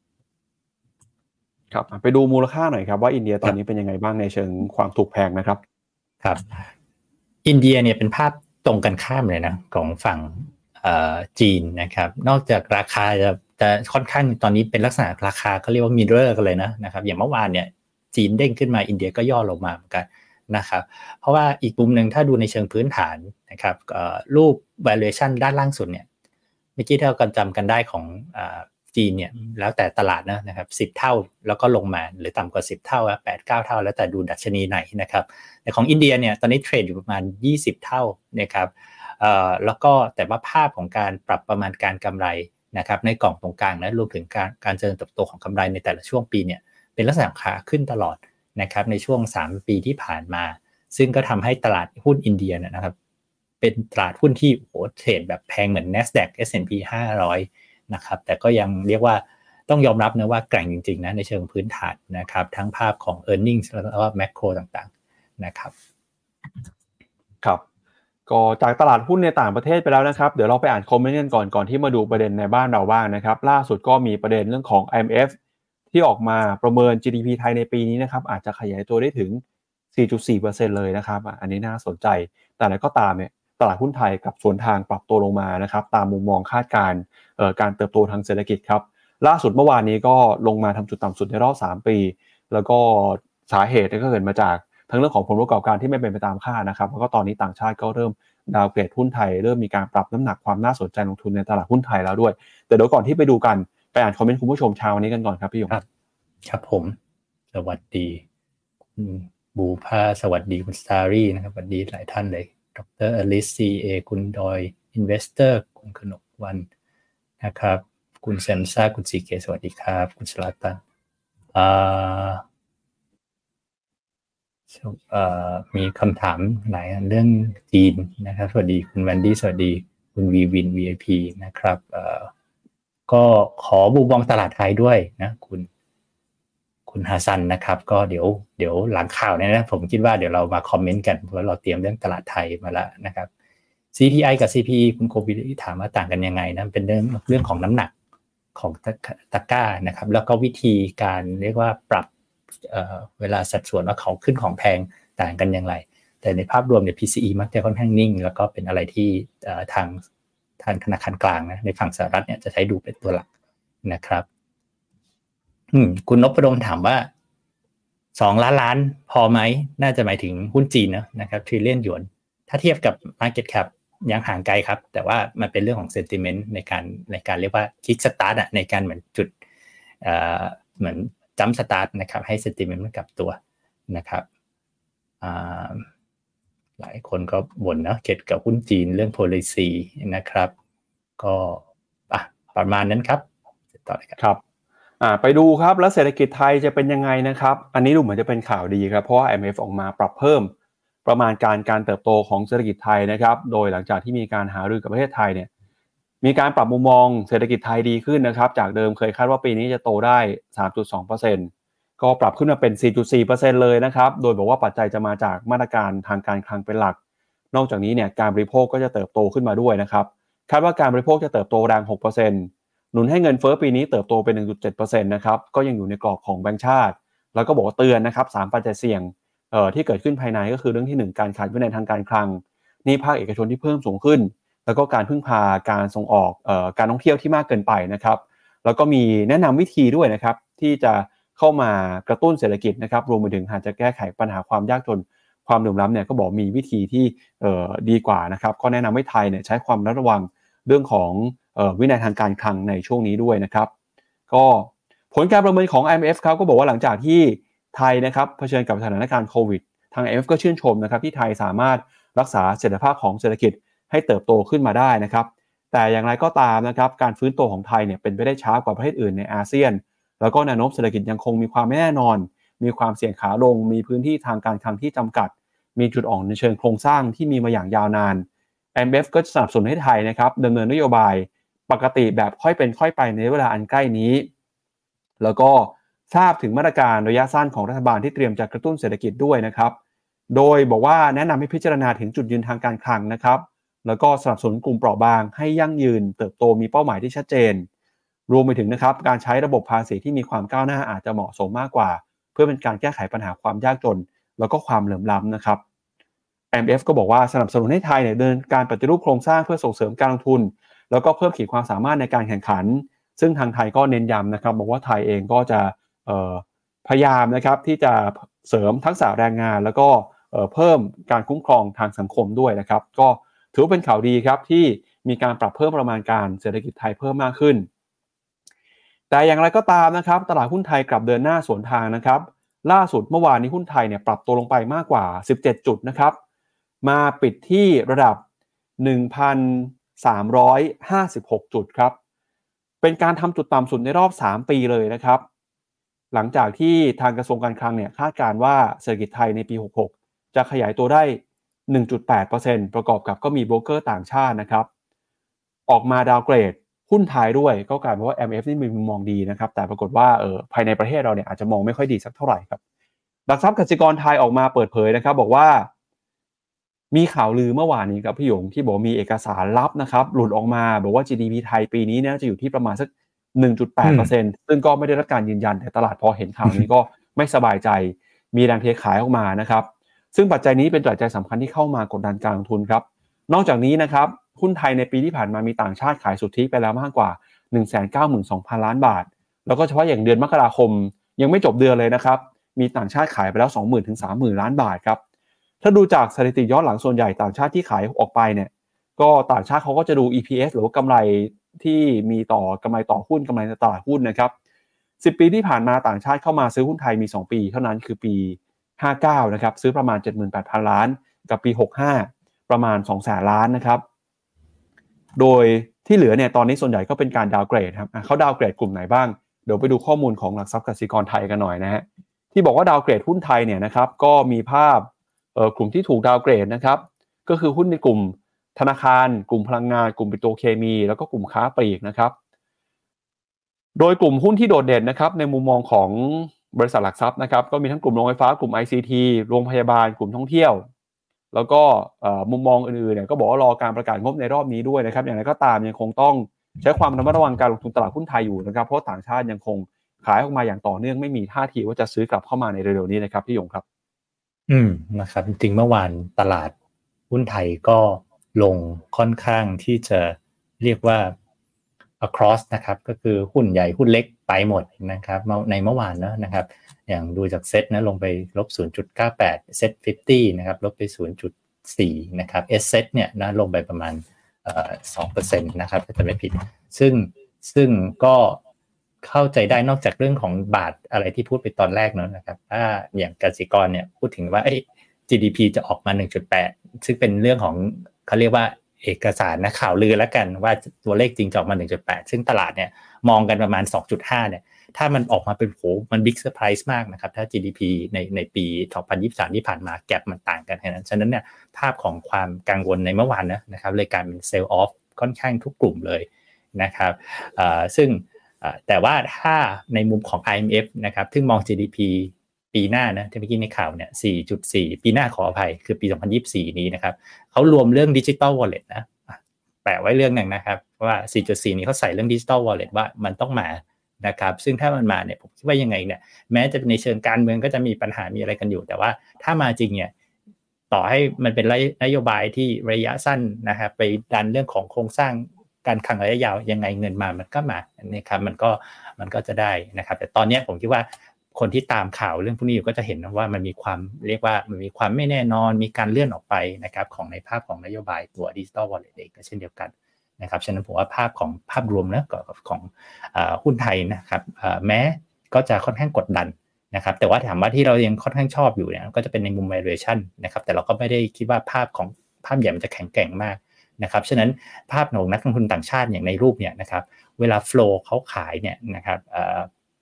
ครับไปดูมูลค่าหน่อยครับว่าอินเดียตอนนี้เป็นยังไงบ้างในเชิงความถูกแพงนะครับครับอินเดียเนี่ยเป็นภาพตรงกันข้ามเลยนะของฝั่งเอ่อจีนนะครับนอกจากราคาจะจะค่อนข้างตอนนี้เป็นลักษณะราคาเขาเรียกว่ามิเรอร์กันเลยนะนะครับอย่างเมื่อวานเนี่ยจีนเด้งขึ้นมาอินเดียก็ย่อลงมาเหมือนกันนะครับเพราะว่าอีกมุมนึงถ้าดูในเชิงพื้นฐานนะครับเอ่อรูป valuation ด้านล่างสุดเนี่ยเมื่อกี้ที่เราจำกันได้ของอ่าจีนเนี่ยแล้วแต่ตลาดนะนะครับสิบเท่าแล้วก็ลงมาหรือต่ำกว่าสิบเท่าอ่ะ แปด เก้า เท่าแล้วแต่ดูดัชนีไหนนะครับแต่ของอินเดียเนี่ยตอนนี้เทรดอยู่ประมาณยี่สิบเท่านะครับเอ่อแล้วก็แต่ว่าภาพของการปรับประมาณการกำไรนะครับในกล่องตรงกลางนะรวมถึงการการเจริญเติบโตของกำไรในแต่ละช่วงปีเนี่ยเป็นลักษณะขาขึ้นตลอดนะครับในช่วงสามปีที่ผ่านมาซึ่งก็ทำให้ตลาดหุ้นอินเดียนะครับเป็นตลาดหุ้นที่โหเทรดแบบแพงเหมือน NASDAQ เอส แอนด์ พี ห้าร้อยนะครับแต่ก็ยังเรียกว่าต้องยอมรับนะว่าแกร่งจริงๆนะในเชิงพื้นฐานนะครับทั้งภาพของ earnings แล้วก็ macro ต่างๆนะครับครับก็จากตลาดหุ้นในต่างประเทศไปแล้วนะครับเดี๋ยวเราไปอ่านคอมเมนต์กันก่อนก่อนที่มาดูประเด็นในบ้านเราบ้างนะครับล่าสุดก็มีประเด็นเรื่องของ ไอ เอ็ม เอฟ ที่ออกมาประเมิน จี ดี พี ไทยในปีนี้นะครับอาจจะขยายตัวได้ถึง สี่จุดสี่เปอร์เซ็นต์ เลยนะครับอันนี้น่าสนใจแต่อะไรก็ตามเนี่ยตลาดหุ้นไทยกับสวนทางปรับตัวลงมานะครับตามมุมมองคาดการณ์เอ่อการเติบโตทางเศรษฐกิจครับล่าสุดเมื่อวานนี้ก็ลงมาทำจุดต่ำสุดในรอบสามปีแล้วก็สาเหตุก็เกิดมาจากทั้งเรื่องของผลประกอบการที่ไม่เป็นไปตามคาดนะครับแล้วก็ตอนนี้ต่างชาติก็เริ่มดาวเกรดหุ้นไทยเริ่มมีการปรับน้ำหนักความน่าสนใจลงทุนในตลาดหุ้นไทยแล้วด้วยแต่เดี๋ยวก่อนที่ไปดูกันไปอ่านคอมเมนต์คุณผู้ชมเช้านี้กันก่อนครับพี่ยงครับครับผมสวัสดีคุณบูพาสวัสดีคุณสตารี่นะครับสวัสดีหลายท่านเลยดรอลิซ ซี เอ คุณดอยอินเวสเตอร์คุณขนกวันนะครับคุณแซมซ่าคุณซีเกสวัสดีครับคุณสลาตันอ่าเอ่อมีคำถามหลายเรื่องจีนนะครับสวัสดีคุณแวนดี้สวัสดีคุณวีวิน วี ไอ พี นะครับเอ่อก็ขอบูมองตลาดไทยด้วยนะคุณคุณฮาซันนะครับก็เดี๋ยวเดี๋ยวหลังข่าวเนี่ยนะผมคิดว่าเดี๋ยวเรามาคอมเมนต์กันเพราะเราเตรียมเรื่องตลาดไทยมาแล้วนะครับ ซี พี ไอ กับ ซี พี คุณโควิดถามว่าต่างกันยังไงนะเป็นเรื่องเรื่องของน้ำหนักของตะกร้านะครับแล้วก็วิธีการเรียกว่าปรับเอ่อเวลาสัดส่วนว่าเขาขึ้นของแพงต่างกันอย่างไรแต่ในภาพรวมเนี่ย พี ซี อี มักจะค่อนข้างนิ่งแล้วก็เป็นอะไรที่เอ่อทางทางธนาคารกลางนะในฝั่งสหรัฐเนี่ยจะใช้ดูเป็นตัวหลักนะครับอืมคุณนพดลถามว่าสองล้านล้านพอไหมน่าจะหมายถึงหุ้นจีนนะครับทริลเลียนหยวนถ้าเทียบกับ market cap ยังห่างไกลครับแต่ว่ามันเป็นเรื่องของ sentiment ในการในการเรียกว่า kick start อ่ะในการเหมือนจุดเอ่อเหมือนjump start นะครับให้ sentiment มันกลับตัวนะครับอ่าหลายคนก็บ่นนะเกี่ยวกับหุ้นจีนเรื่อง policy นะครับก็อ่ะประมาณนั้นครับต่อเลยครับครับอ่าไปดูครับแล้วเศรษฐกิจไทยจะเป็นยังไงนะครับอันนี้ดูเหมือนจะเป็นข่าวดีครับเพราะว่า ไอ เอ็ม เอฟ ออกมาปรับเพิ่มประมาณการการเติบโตของเศรษฐกิจไทยนะครับโดยหลังจากที่มีการหารือกับประเทศไทยเนี่ยมีการปรับมุมมองเศรษฐกิจไทยดีขึ้นนะครับจากเดิมเคยคาดว่าปีนี้จะโตได้ สามจุดสองเปอร์เซ็นต์ ก็ปรับขึ้นมาเป็น สี่จุดสี่เปอร์เซ็นต์ เลยนะครับโดยบอกว่าปัจจัยจะมาจากมาตรการทางการคลังเป็นหลักนอกจากนี้เนี่ยการบริโภคก็จะเติบโตขึ้นมาด้วยนะครับคาดว่าการบริโภคจะเติบโตแรง หกเปอร์เซ็นต์ หนุนให้เงินเฟ้อปีนี้เติบโตเป็น หนึ่งจุดเจ็ดเปอร์เซ็นต์ นะครับก็ยังอยู่ในกรอบของแบงก์ชาติแล้วก็บอกว่าเตือนนะครับสามปัจจัยเสี่ยงเอ่อที่เกิดขึ้นภายในก็คือเรื่องที่หนึ่งการขาดวินัยทางการคลังหนี้ภาคเอกชนที่เพิ่มสูงขึ้นแล้วก็การพึ่งพาการส่งออกเอ่อการท่องเที่ยวที่มากเกินไปนะครับแล้วก็มีแนะนำวิธีด้วยนะครับที่จะเข้ามากระตุ้นเศรษฐกิจนะครับรวมไปถึงหากจะแก้ไขปัญหาความยากจนความเหลื่อมล้ำเนี่ยก็บอกมีวิธีที่เอ่อดีกว่านะครับก็แนะนำให้ไทยเนี่ยใช้ความระมัดระวังเรื่องของเอ่อวินัยทางการคลังในช่วงนี้ด้วยนะครับก็ผลการประเมินของ ไอ เอ็ม เอฟ ครับก็บอกว่าหลังจากที่ไทยนะครับเผชิญกับสถานการณ์โควิดทาง ไอ เอ็ม เอฟ ก็ชื่นชมนะครับที่ไทยสามารถรักษาเสถียรภาพของเศรษฐกิจให้เติบโตขึ้นมาได้นะครับแต่อย่างไรก็ตามนะครับการฟื้นตัวของไทยเนี่ยเป็นไปได้ช้ากว่าประเทศอื่นในอาเซียนแล้วก็แนวโน้มเศรษฐกิจยังคงมีความไม่แน่นอนมีความเสี่ยงขาลงมีพื้นที่ทางการคลังที่จำกัดมีจุดอ่อนในเชิงโครงสร้างที่มีมาอย่างยาวนาน ไอ เอ็ม เอฟ ก็สนับสนุนให้ไทยนะครับดำเนินนโยบายปกติแบบค่อยเป็นค่อยไปในเวลาอันใกล้นี้แล้วก็ทราบถึงมาตรการระยะสั้นของรัฐบาลที่เตรียมจะกระตุ้นเศรษฐกิจด้วยนะครับโดยบอกว่าแนะนำให้พิจารณาถึงจุดยืนทางการคลังนะครับแล้วก็สนับสนุนกลุ่มเปราะบางให้ยั่งยืนเติบโตมีเป้าหมายที่ชัดเจนรวมไปถึงนะครับการใช้ระบบภาษีที่มีความก้าวหน้าอาจจะเหมาะสมมากกว่าเพื่อเป็นการแก้ไขปัญหาความยากจนแล้วก็ความเหลื่อมล้ำนะครับ ไอ เอ็ม เอฟ ก็บอกว่าสนับสนุนให้ไทยเนี่ยเดินการปฏิรูปโครงสร้างเพื่อส่งเสริมการลงทุนแล้วก็เพิ่มขีดความสามารถในการแข่งขันซึ่งทางไทยก็เน้นย้ำนะครับบอกว่าไทยเองก็จะเอ่อพยายามนะครับที่จะเสริมทักษะแรงงานแล้วก็เอ่อเพิ่มการคุ้มครองทางสังคมด้วยนะครับก็ถือว่าเป็นข่าวดีครับที่มีการปรับเพิ่มประมาณการเศรษฐกิจไทยเพิ่มมากขึ้นแต่อย่างไรก็ตามนะครับตลาดหุ้นไทยกลับเดินหน้าสวนทางนะครับล่าสุดเมื่อวานนี้หุ้นไทยเนี่ยปรับตัวลงไปมากกว่าสิบเจ็ดจุดนะครับมาปิดที่ระดับ หนึ่งพันสามร้อยห้าสิบหก จุดครับเป็นการทำจุดต่ำสุดในรอบสามปีเลยนะครับหลังจากที่ทางกระทรวงการคลังเนี่ยคาดการณ์ว่าเศรษฐกิจไทยในปีหกสิบหกจะขยายตัวได้ หนึ่งจุดแปดเปอร์เซ็นต์ ประกอบกับก็มีโบรกเกอร์ต่างชาตินะครับออกมาดาวเกรดหุ้นไทยด้วยก็กลายเป็นว่า ไอ เอ็ม เอฟ นี่มีมุมมองดีนะครับแต่ปรากฏว่าเออภายในประเทศเราเนี่ยอาจจะมองไม่ค่อยดีสักเท่าไหร่ครับหลักทรัพย์กสิกรไทยออกมาเปิดเผยนะครับบอกว่ามีข่าวลือเมื่อวานนี้ครับพี่หยงที่บอกมีเอกสารลับนะครับหลุดออกมาบอกว่า จี ดี พี ไทยปีนี้เนี่ยจะอยู่ที่ประมาณสัก หนึ่งจุดแปดเปอร์เซ็นต์ ซึ่งก็ไม่ได้รับการยืนยันแต่ตลาดพอเห็นข่าวนี้ก็ไม่สบายใจมีแรงเทขายออกมานะครับซึ่งปัจจัยนี้เป็นปัจจัยสำคัญที่เข้ามากดดันการลงทุนครับนอกจากนี้นะครับหุ้นไทยในปีที่ผ่านมามีต่างชาติขายสุทธิไปแล้วมากกว่า หนึ่งแสนเก้าหมื่นสองพัน ล้านบาทแล้วก็เฉพาะอย่างเดือนมกราคมยังไม่จบเดือนเลยนะครับมีต่างชาติขายไปแล้ว สองหมื่น ถึง สามหมื่น ล้านบาทครับถ้าดูจากสถิติย้อนหลังส่วนใหญ่ต่างชาติที่ขายออกไปเนี่ยก็ต่างชาติเขาก็จะดู อี พี เอส หรือว่ากำไรที่มีต่อกำไรต่อหุ้นกำไรในตลาดหุ้นนะครับสิบปีที่ผ่านมาต่างชาติเข้ามาซื้อหุ้นไทยมีสองปีเท่านั้นคือปีห้าสิบเก้านะครับซื้อประมาณ เจ็ดหมื่นแปดพัน ล้านกับปีหกสิบห้าประมาณ สองแสน ล้านนะครับโดยที่เหลือเนี่ยตอนนี้ส่วนใหญ่ก็เป็นการดาวเกรดครับเขาดาวเกรดกลุ่มไหนบ้างเดี๋ยวไปดูข้อมูลของหลักทรัพย์กสิกรไทยกันหน่อยนะฮะที่บอกว่าดาวเกรดหุ้นไทยเนี่ยนะครับก็มีภาพเอ่อกลุ่มที่ถูกดาวเกรดนะครับก็คือหุ้นในกลุ่มธนาคารกลุ่มพลังงานกลุ่มปิโตรเคมีแล้วก็กลุ่มค้าปลีกนะครับโดยกลุ่มหุ้นที่โดดเด่นนะครับในมุมมองของบริษัทหลักทรัพย์นะครับก็มีทั้งกลุ่มโรงไฟฟ้ากลุ่ม ไอ ซี ที โรงพยาบาลกลุ่มท่องเที่ยวแล้วก็มุมมองอื่นๆเนี่ยก็บอกว่ารอการประกาศงบในรอบนี้ด้วยนะครับอย่างไรก็ตามยังคงต้องใช้ความระมัดระวังการลงทุนตลาดหุ้นไทยอยู่นะครับเพราะต่างชาติยังคงขายออกมาอย่างต่อเนื่องไม่มีท่าทีว่าจะซื้อกลับเข้ามาในเร็วๆนี้นะครับพี่ยงครับอืมนะครับจริงเมื่อวานตลาดหุ้นไทยก็ลงค่อนข้างที่จะเรียกว่า across นะครับก็คือหุ้นใหญ่หุ้นเล็กไปหมดนะครับในเมื่อวานนะนะครับอย่างดูจากเซ็ตนะลงไปลบ ศูนย์จุดเก้าแปด เซ็ตห้าสิบนะครับลบไป ศูนย์จุดสี่ นะครับ เอส เซ็ต เนี่ยนะลงไปประมาณเอ่อ สองเปอร์เซ็นต์ นะครับถ้าจะไม่ผิดซึ่งซึ่งก็เข้าใจได้นอกจากเรื่องของบาทอะไรที่พูดไปตอนแรกเนาะนะครับถ้าอย่างกสิกรเนี่ยพูดถึงว่า จี ดี พี จะออกมา หนึ่งจุดแปด ซึ่งเป็นเรื่องของเขาเรียกว่าเอกสารนะข่าวลือแล้วกันว่าตัวเลขจริงจะออกมา หนึ่งจุดแปด ซึ่งตลาดเนี่ยมองกันประมาณ สองจุดห้า เนี่ยถ้ามันออกมาเป็นโหมันบิ๊กเซอร์ไพรส์มากนะครับถ้า จี ดี พี ในในปีสองพันยี่สิบสามที่ผ่านมาแก็ปมันต่างกันแค่นั้นฉะนั้นเนี่ยภาพของความกังวลในเมื่อวานนะนะครับเลยกลายเป็นเซลล์ออฟค่อนข้างทุกกลุ่มเลยนะครับซึ่งแต่ว่าถ้าในมุมของ ไอ เอ็ม เอฟ นะครับซึ่งมอง จี ดี พี ปีหน้านะที่เมื่อกี้ในข่าวเนี่ย สี่จุดสี่ ปีหน้าขออภัยคือปีสองพันยี่สิบสี่นี้นะครับเขารวมเรื่อง Digital Wallet นะแปะไว้เรื่องนึงนะครับว่า สี่จุดสี่ นี้เขาใส่เรื่อง Digital Wallet ว่ามันต้องมานะครับซึ่งถ้ามันมาเนี่ยผมคิดว่ายังไงเนี่ยแม้จะในเชิงการเมืองก็จะมีปัญหามีอะไรกันอยู่แต่ว่าถ้ามาจริงเนี่ยต่อให้มันเป็นนโยบายที่ระยะสั้นนะครับไปดันเรื่องของโครงสร้างการคลังระยะยาวยังไงเงินมามันก็มานะครับมันก็มันก็จะได้นะครับแต่ตอนนี้ผมคิดว่าคนที่ตามข่าวเรื่องพวกนี้อยู่ก็จะเห็นว่ามันมีความเรียกว่ามันมีความไม่แน่นอนมีการเลื่อนออกไปนะครับของในภาพของนโยบายตัว Digital Wallet เองก็เช่นเดียวกันนะครับฉะนั้นผมว่าภาพของภาพรวมนะของอ่าหุ้นไทยนะครับอ่าแม้ก็จะค่อนข้างกดดันนะครับแต่ว่าถามว่าที่เรายังค่อนข้างชอบอยู่เนี่ยก็จะเป็นในมุม valuation นะครับแต่เราก็ไม่ได้คิดว่าภาพของภาพใหญ่มันจะแข็งแกร่งมากนะครับฉะนั้นภาพของนักลงทุนต่างชาติอย่างในรูปเนี่ยนะครับเวลา flow เขาขายเนี่ยนะครับเอ่อ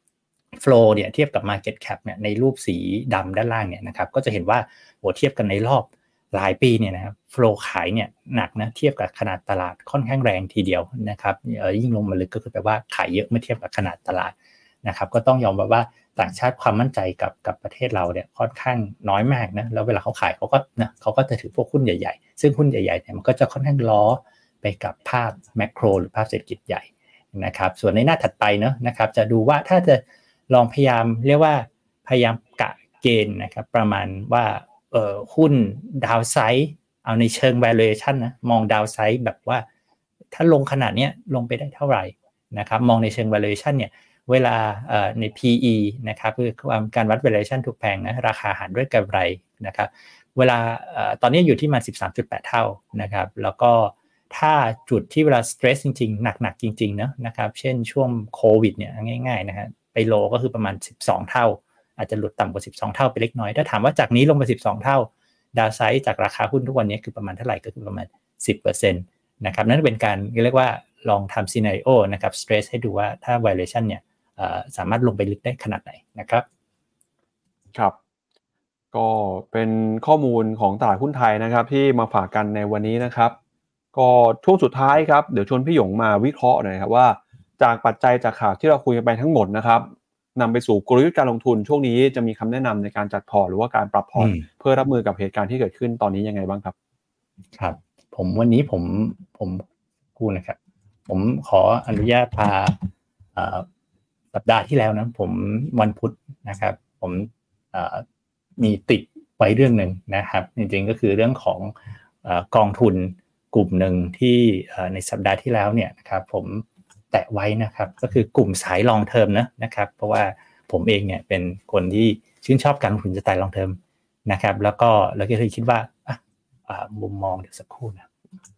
flow เนี่ยเทียบกับ market cap เนี่ยในรูปสีดำด้านล่างเนี่ยนะครับก็จะเห็นว่าโหเทียบกันในรอบหลายปีเนี่ยนะครับ flow ขายเนี่ยหนักนะเทียบกับขนาดตลาดค่อนข้างแรงทีเดียวนะครับเอ่อยิ่งลงมาลึกก็คือแปลว่าขายเยอะเมื่อเทียบกับขนาดตลาดนะครับก็ต้องยอมรับว่าต่างชาติความมั่นใจกับกับประเทศเราเนี่ยค่อนข้างน้อยมากนะแล้วเวลาเขาขายเขาก็นะเขาก็จะถือพวกหุ้นใหญ่ๆซึ่งหุ้นใหญ่ๆเนี่ยมันก็จะค่อนข้างล้อไปกับภาพแมคโครหรือภาพเศรษฐกิจใหญ่นะครับส่วนในหน้าถัดไปเนาะนะครับจะดูว่าถ้าจะลองพยายามเรียกว่าพยายามกะเกณฑ์นะครับประมาณว่าเอ่อหุ้นดาวไซด์เอาในเชิง valuation นะมองดาวไซด์แบบว่าถ้าลงขนาดเนี้ยลงไปได้เท่าไหร่นะครับมองในเชิง valuation เนี่ยเวลาเอ่อใน พี อี นะครับคือการวัด valuation ถูกแพงนะราคาหารด้วยกำไรนะครับเวลาเอ่อตอนนี้อยู่ที่มา สิบสามจุดแปด เท่านะครับแล้วก็ถ้าจุดที่เวลา stress จริงๆหนักๆจริงๆนะนะครับเช่นช่วงโควิดเนี่ยง่ายๆนะฮะไปโลก็คือประมาณสิบสองเท่าอาจจะหลุดต่ำกว่าสิบสองเท่าไปเล็กน้อยถ้าถามว่าจากนี้ลงไปสิบสองเท่าดาวไซด์จากราคาหุ้นทุกวันนี้คือประมาณเท่าไหร่ก็คือประมาณ สิบเปอร์เซ็นต์ นะครับนั่นเป็นการเรียกว่าลองทำ scenario นะครับ stress ให้ดูว่าถ้า valuation เนี่ยสามารถลงไปลึกได้ขนาดไหนนะครับครับก็เป็นข้อมูลของตลาดหุ้นไทยนะครับที่มาฝากกันในวันนี้นะครับก็ช่วงสุดท้ายครับเดี๋ยวชวนพี่หยงมาวิเคราะห์หน่อยครับว่าจากปัจจัยจากข่าวที่เราคุยกันไปทั้งหมดนะครับนำไปสู่กลยุทธ์การลงทุนช่วงนี้จะมีคำแนะนำในการจัดพอร์ตหรือว่าการปรับพอร์ตเพื่อรับมือกับเหตุการณ์ที่เกิดขึ้นตอนนี้ยังไงบ้างครับครับผมวันนี้ผมผมพูดนะครับผมขออนุญาตพาสัปดาห์ที่แล้วนะผมวันพุธนะครับผมมีติดไว้เรื่องหนึ่งนะครับจริงๆก็คือเรื่องของกองทุนกลุ่มหนึ่งที่ในสัปดาห์ที่แล้วเนี่ยนะครับผมแตะไว้นะครับก็คือกลุ่มสายลองเทอมนะนะครับเพราะว่าผมเองเนี่ยเป็นคนที่ชื่นชอบการลงทุนสไตล์ลองเทอมนะครับแล้วก็แล้วก็เลยคิดว่ามุมมองเดี๋ยวสักครู่นะ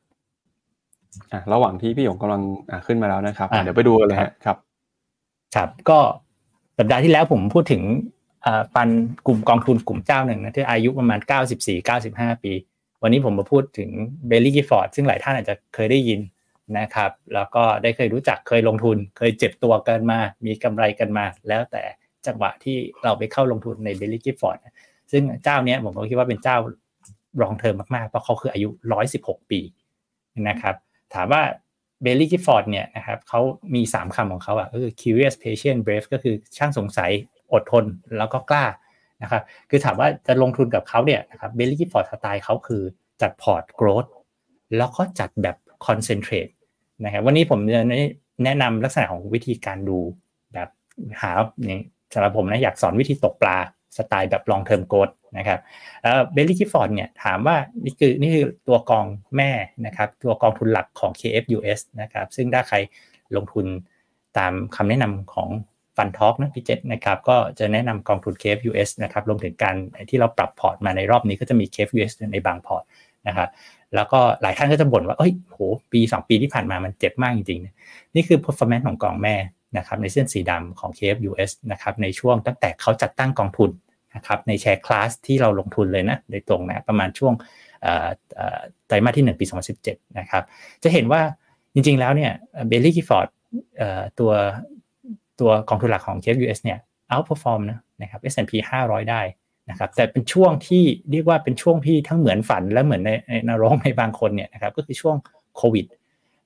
ระหว่างที่พี่หยงกำลังขึ้นมาแล้วนะครับเดี๋ยวไปดูกันเลยครับครับก็สัปดาห์ที่แล้วผมพูดถึงฟันกลุ่มกองทุนกลุ่มเจ้าหนึ่งนะที่อายุประมาณเก้าสิบสี่ เก้าสิบห้าปีวันนี้ผมมาพูดถึงเบลลี่กิฟฟอร์ดซึ่งหลายท่านอาจจะเคยได้ยินนะครับแล้วก็ได้เคยรู้จักเคยลงทุนเคยเจ็บตัวกันมามีกำไรกันมาแล้วแต่จังหวะที่เราไปเข้าลงทุนในเบลลี่กิฟฟอร์ดซึ่งเจ้านี้ผมก็คิดว่าเป็นเจ้ารองเทอมมากๆเพราะเขาคืออายุหนึ่งร้อยสิบหกปีนะครับถามว่าเบลลี่กิฟฟอร์ดเนี่ยนะครับเขามีสามคำของเขาอ่ะก็คือ curious patient brave ก็คือช่างสงสัยอดทนแล้วก็กล้านะครับคือถามว่าจะลงทุนกับเขาเนี่ยนะครับเบลลี่กิฟฟอร์ดสไตล์เขาคือจัดพอร์ต growth แล้วก็จัดแบบ concentrate นะครับวันนี้ผมจะแนะนำลักษณะของวิธีการดูแบบหาอย่างสำหรับผมนะอยากสอนวิธีตกปลาสไตล์แบบ long term growth นะครับเอ่อเบลลี่กิฟฟอร์ดเนี่ยถามว่านี่คือนี่คือตัวกองแม่นะครับตัวกองทุนหลักของ เค เอฟ ยู เอส นะครับซึ่งถ้าใครลงทุนตามคำแนะนำของFund Talk นะพี่เจษนะครับก็จะแนะนำกองทุน เค เอฟ ยู เอส นะครับรวมถึงการที่เราปรับพอร์ตมาในรอบนี้ก็จะมี เค เอฟ ยู เอส ในบางพอร์ตนะครับแล้วก็หลายท่านก็จะบ่นว่าเอ้ยโหปีสองปีที่ผ่านมามันเจ็บมากจริงๆนี่คือ performance ของกองแม่นะครับในเส้นสีดำของ เค เอฟ ยู เอส นะครับในช่วงตั้งแต่เขาจัดตั้งกองทุนนะครับในแชร์คลาสที่เราลงทุนเลยนะโดยตรงนะประมาณช่วงไตรมาสที่หนึ่งปีสองพันสิบเจ็ดนะครับจะเห็นว่าจริงๆแล้วเนี่ยเบลลี่กิฟฟอร์ดตัวตัวกองทุนหลักของ เค เอฟ ยู เอส เนี่ย outperform นะนะครับ เอส แอนด์ พี ห้าร้อยได้นะครับแต่เป็นช่วงที่เรียกว่าเป็นช่วงที่ทั้งเหมือนฝันและเหมือนในนรกในบางคนเนี่ยนะครับก็คือช่วงโควิด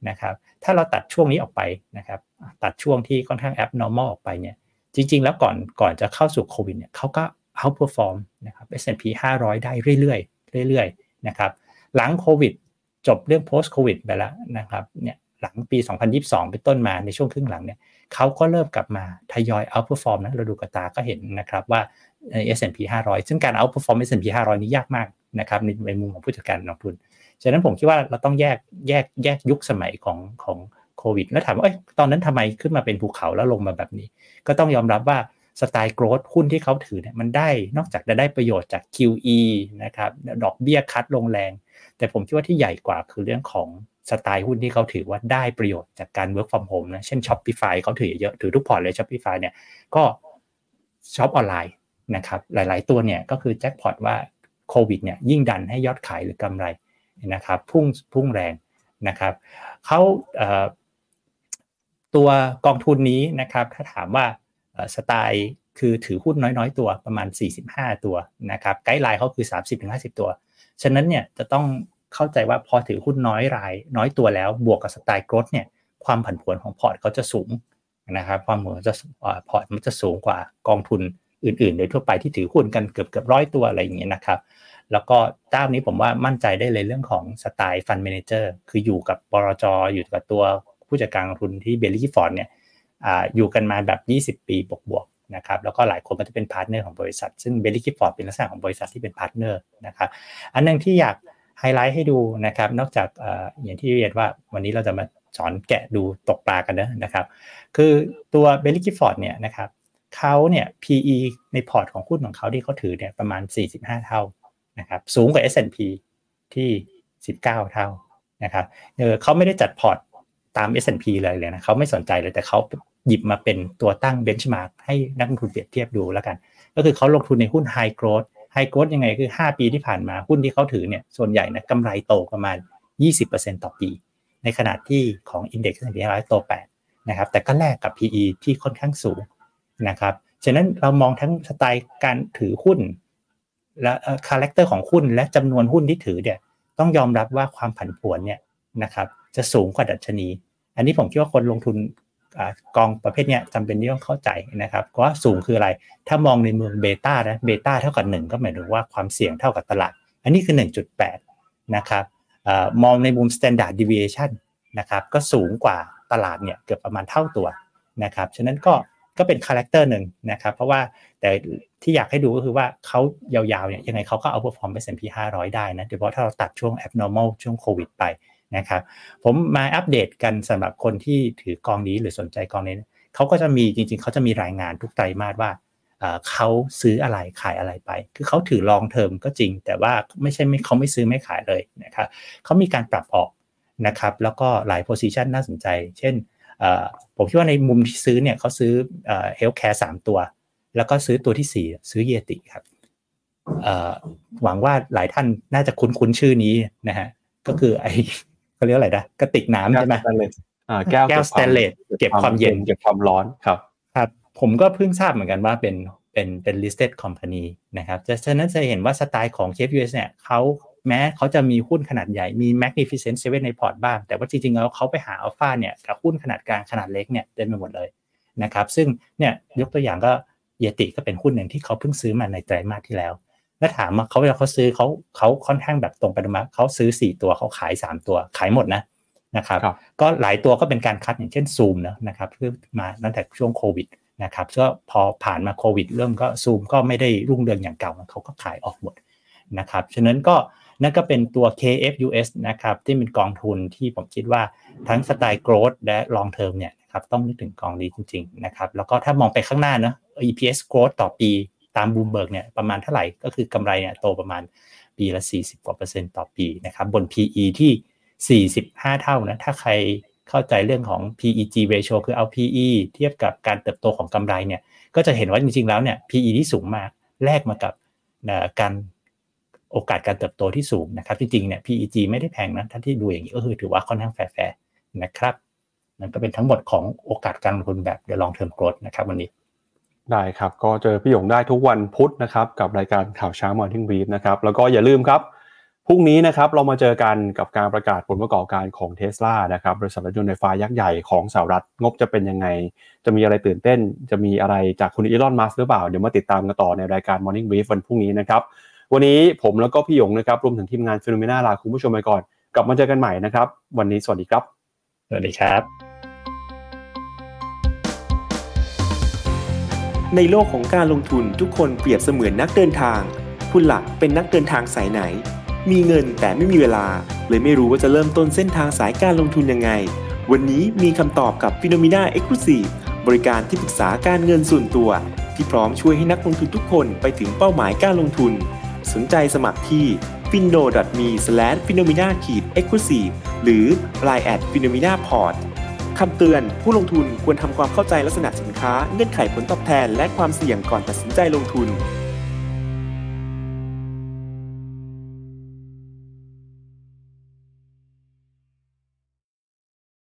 นะครับถ้าเราตัดช่วงนี้ออกไปนะครับตัดช่วงที่ค่อนข้าง abnormal ออกไปเนี่ยจริงๆแล้วก่อนก่อนจะเข้าสู่โควิดเนี่ยเขาก็ outperform นะครับ เอส แอนด์ พี ห้าร้อยได้เรื่อยๆเรื่อยๆนะครับหลังโควิดจบเรื่อง post covid ไปแล้วนะครับเนี่ยหลังปีสองพันยี่สิบสองเป็นต้นมาในช่วงครึ่งหลังเนี่ยเขาก็เริ่มกลับมาทยอย outperform นะเราดูกระตาก็เห็นนะครับว่า เอส แอนด์ พี ห้าร้อยซึ่งการ outperform เอส แอนด์ พี ห้าร้อยนี้ยากมากนะครับในในมุมของผู้จัดการลงทุนฉะนั้นผมคิดว่าเราต้องแยกแยกแยกยุคสมัยของของโควิดแล้วถามว่าเอ้ยตอนนั้นทำไมขึ้นมาเป็นภูเขาแล้วลงมาแบบนี้ก็ต้องยอมรับว่าสไตล์โกรทหุ้นที่เขาถือเนี่ยมันได้นอกจากจะได้ประโยชน์จาก คิว อี นะครับดอกเบี้ยคัดลงแรงแต่ผมคิดว่าที่ใหญ่กว่าคือเรื่องของสไตล์หุ้นที่เขาถือว่าได้ประโยชน์จากการ work from home นะเช่น Shopify เขาถือเยอะถือทุกพอร์ตเลย Shopify เนี่ยก็ช็อปออนไลน์นะครับหลายๆตัวเนี่ยก็คือแจ็คพอตว่าโควิดเนี่ยยิ่งดันให้ยอดขายหรือกำไรนะครับพุ่งพุ่งแรงนะครับเขาเอ่อตัวกองทุนนี้นะครับถ้าถามว่าสไตล์คือถือหุ้นน้อยๆตัวประมาณสี่สิบห้าตัวนะครับไกด์ไลน์เขาคือ สามสิบถึงห้าสิบ ตัวฉะนั้นเนี่ยจะต้องเข้าใจว่าพอถือหุ้นน้อยรายน้อยตัวแล้วบวกกับสไตล์โกรทเนี่ยความผันผวนของพอร์ตเขาจะสูงนะครับความผันผวนจะพอร์ตมันจะสูงกว่ากองทุนอื่นๆโดยทั่วไปที่ถือหุ้นกันเกือบเกือบร้อยตัวอะไรอย่างเงี้ยนะครับแล้วก็เจ้านี้ผมว่ามั่นใจได้เลยเรื่องของสไตล์ฟันด์แมเนเจอร์คืออยู่กับบลจ.อยู่กับตัวผู้จัดการลงทุนที่เบลลี่ฟอร์ดเนี่ยอ่าอยู่กันมาแบบยี่สิบปีบวกๆนะครับแล้วก็หลายคนก็จะเป็นพาร์ทเนอร์ของบริษัทซึ่งเบลลี่ฟอร์ดเป็นลักษณะของบริษัทที่เป็นพาร์ทเนอร์นะครับอันนึงที่อยากไฮไลท์ให้ดูนะครับนอกจากเอ่ออย่างที่เรียนว่าวันนี้เราจะมาสอนแกะดูตกปลากันนะครับคือตัวเบลลี่ฟอร์ดเนี่ยนะครับเขาเนี่ย พี อี ในพอร์ตของหุ้นของเขาที่เขาถือเนี่ยประมาณสี่สิบห้าเท่านะครับสูงกว่า เอส แอนด์ พี ที่สิบเก้าเท่านะครับเออเขาไม่ได้จัดพอร์ตตาม เอส แอนด์ พี เลยเลยนะเขาไม่สนใจเลยแต่เขาหยิบมาเป็นตัวตั้งเบนช์มาร์กให้นักลงทุนเปรียบเทียบดูแล้วกันก็คือเขาลงทุนในหุ้น High Growth High Growth ยังไงคือห้าปีที่ผ่านมาหุ้นที่เขาถือเนี่ยส่วนใหญ่นะกำไรโตประมาณ ยี่สิบเปอร์เซ็นต์ ต่อปีในขณะที่ของ Index เอส แอนด์ พี ห้าร้อยโตแปดนะครับแต่ก็แลกกับ พี อี ที่ค่อนข้างสูงนะครับฉะนั้นเรามองทั้งสไตล์การถือหุ้นและคาแรคเตอร์ของหุ้นและจำนวนหุ้นที่ถือเนี่ยต้องยอมรับว่าความผันผวนเนี่ยนะครับจะสูงกว่าดัชนีอันนี้ผมคิดว่าคนลงทุนกองประเภทเนี้ยจำเป็นที่ต้องเข้าใจนะครับเพราะว่าสูงคืออะไรถ้ามองในเมืองเบต้านะเบต้าเท่ากับหนึ่งก็หมายถึงว่าความเสี่ยงเท่ากับตลาดอันนี้คือ หนึ่งจุดแปด นะครับเอ่อมองในมุม standard deviation นะครับก็สูงกว่าตลาดเนี่ยเกือบประมาณเท่าตัวนะครับฉะนั้นก็ก็เป็นคาแรคเตอร์หนึ่งนะครับเพราะว่าแต่ที่อยากให้ดูก็คือว่าเขายาวๆเนี่ยยังไงเขาก็เอา perform เอส แอนด์ พี ห้าร้อยได้นะโดยเฉพาะถ้าเราตัดช่วง abnormal ช่วงโควิดไปนะครับผมมาอัปเดตกันสำหรับคนที่ถือกองนี้หรือสนใจกองนี้เขาก็จะมีจริงๆเขาจะมีรายงานทุกไตรมาสว่าเอ่อเขาซื้ออะไรขายอะไรไปคือเขาถือ long term ก็จริงแต่ว่าไม่ใช่ไม่เขาไม่ซื้อไม่ขายเลยนะครับเขามีการปรับออกนะครับแล้วก็หลาย position น่าสนใจเช่นผมคิดว่าในมุมที่ซื้อเนี่ยเขาซื้อเอ่อ healthcare สามตัวแล้วก็ซื้อตัวที่สี่ซื้อเยติครับหวังว่าหลายท่านน่าจะคุ้นๆชื่อนี้นะฮะก็คือไอเขาเรียกอะไรนะกระติกน้ำใช่ไหมแก้วสแตนเลสเก็บความเย็นเก็บความร้อนครับครับผมก็เพิ่งทราบเหมือนกันว่าเป็นเป็นเป็น listed company นะครับฉะนั้นจะเห็นว่าสไตล์ของ เค เอฟ ยู เอส เนี่ยเขาแม้เขาจะมีหุ้นขนาดใหญ่มี Magnificent เซเว่นในพอร์ตบ้างแต่ว่าจริงๆแล้วเขาไปหาอัลฟาเนี่ยกับหุ้นขนาดกลางขนาดเล็กเนี่ยเต็มไปหมดเลยนะครับซึ่งเนี่ยยกตัวอย่างก็เยติก็เป็นหุ้นหนึ่งที่เขาเพิ่งซื้อมาในไตรมาสที่แล้วแล้วถามว่าเขาเวลาเขาซื้อเขาเขาค่อนข้างแบบตรงไปตรงมาเขาซื้อสี่ตัวเขาขายสามตัวขายหมดนะนะครับก็หลายตัวก็เป็นการคัดอย่างเช่น Zoom นะนะครับเพื่อมาตั้งแต่ช่วงโควิดนะครับก็พอผ่านมาโควิดเรื่องก็ Zoom ก็ไม่ได้รุ่งเรืองอย่างเก่าเขาก็ขายออกหมดนะครับฉะนั้นก็นั่นก็เป็นตัว เค เอฟ ยู เอส นะครับที่เป็นกองทุนที่ผมคิดว่าทั้งสไตล์ growth และ long term เนี่ยนะครับต้องนึกถึงกองนี้จริงๆนะครับแล้วก็ถ้ามองไปข้างหน้านะ อี พี เอส growth ต่อปีตาม Bloomberg เนี่ยประมาณเท่าไหร่ก็คือกำไรเนี่ยโตประมาณปีละสี่สิบกว่าเปอร์เซ็นต์ต่อปีนะครับบน พี อี ที่สี่สิบห้าเท่านะถ้าใครเข้าใจเรื่องของ พี อี จี ratio คือเอา พี อี เทียบกับการเติบโตของกำไรเนี่ยก็จะเห็นว่าจริงๆแล้วเนี่ย พี อี ที่สูงมากแลกมากับการโอกาสการเติบโตที่สูงนะครับจริงๆเนี่ย พี อี จี ไม่ได้แพงนะถ้าที่ดูอย่างนี้ก็คือถือว่าค่อนข้างแฟร์ๆนะครับนั่นก็เป็นทั้งหมดของโอกาสการลงทุนแบบ The Long Term Growth นะครับวันนี้ได้ครับก็เจอพี่หยงได้ทุกวันพุธนะครับกับรายการข่าวเช้า Morning Brief นะครับแล้วก็อย่าลืมครับพรุ่งนี้นะครับเรามาเจอกันกับการประกาศผลประกอบการของ Tesla นะครับบริษัทรถยนต์ไฟฟ้ายักษ์ใหญ่ของสหรัฐงบจะเป็นยังไงจะมีอะไรตื่นเต้นจะมีอะไรจากคุณอีลอนมัสก์หรือเปล่าเดี๋ยวมาติดตามกันต่อในรายการ Morning Brief วันพรุ่งนี้นะครับวันนี้ผมแล้วก็พี่หยงนะครับรวมถึงทีมงาน Phenomena ลาคุณผู้ชมไปก่อนกลับมาเจอกันใหม่นะครับวันนี้สวัสดีครับสวัสดีครับในโลกของการลงทุนทุกคนเปรียบเสมือนนักเดินทางคุณหลักเป็นนักเดินทางสายไหนมีเงินแต่ไม่มีเวลาเลยไม่รู้ว่าจะเริ่มต้นเส้นทางสายการลงทุนยังไงวันนี้มีคำตอบกับ Phenomena Exclusive บริการที่ปรึกษาการเงินส่วนตัวที่พร้อมช่วยให้นักลงทุนทุกคนไปถึงเป้าหมายการลงทุนสนใจสมัครที่ ฟินโน ดอท มี สแลช ฟีโนมีนา เอ็กซ์คลูซีฟ หรือ ไลน์ แอท ฟีโนมีนา พอร์ต คำเตือนผู้ลงทุนควรทำความเข้าใจลักษณะสินค้าเงื่อนไขผลตอบแทนและความเสี่ยงก่อนตัดสินใจลงทุน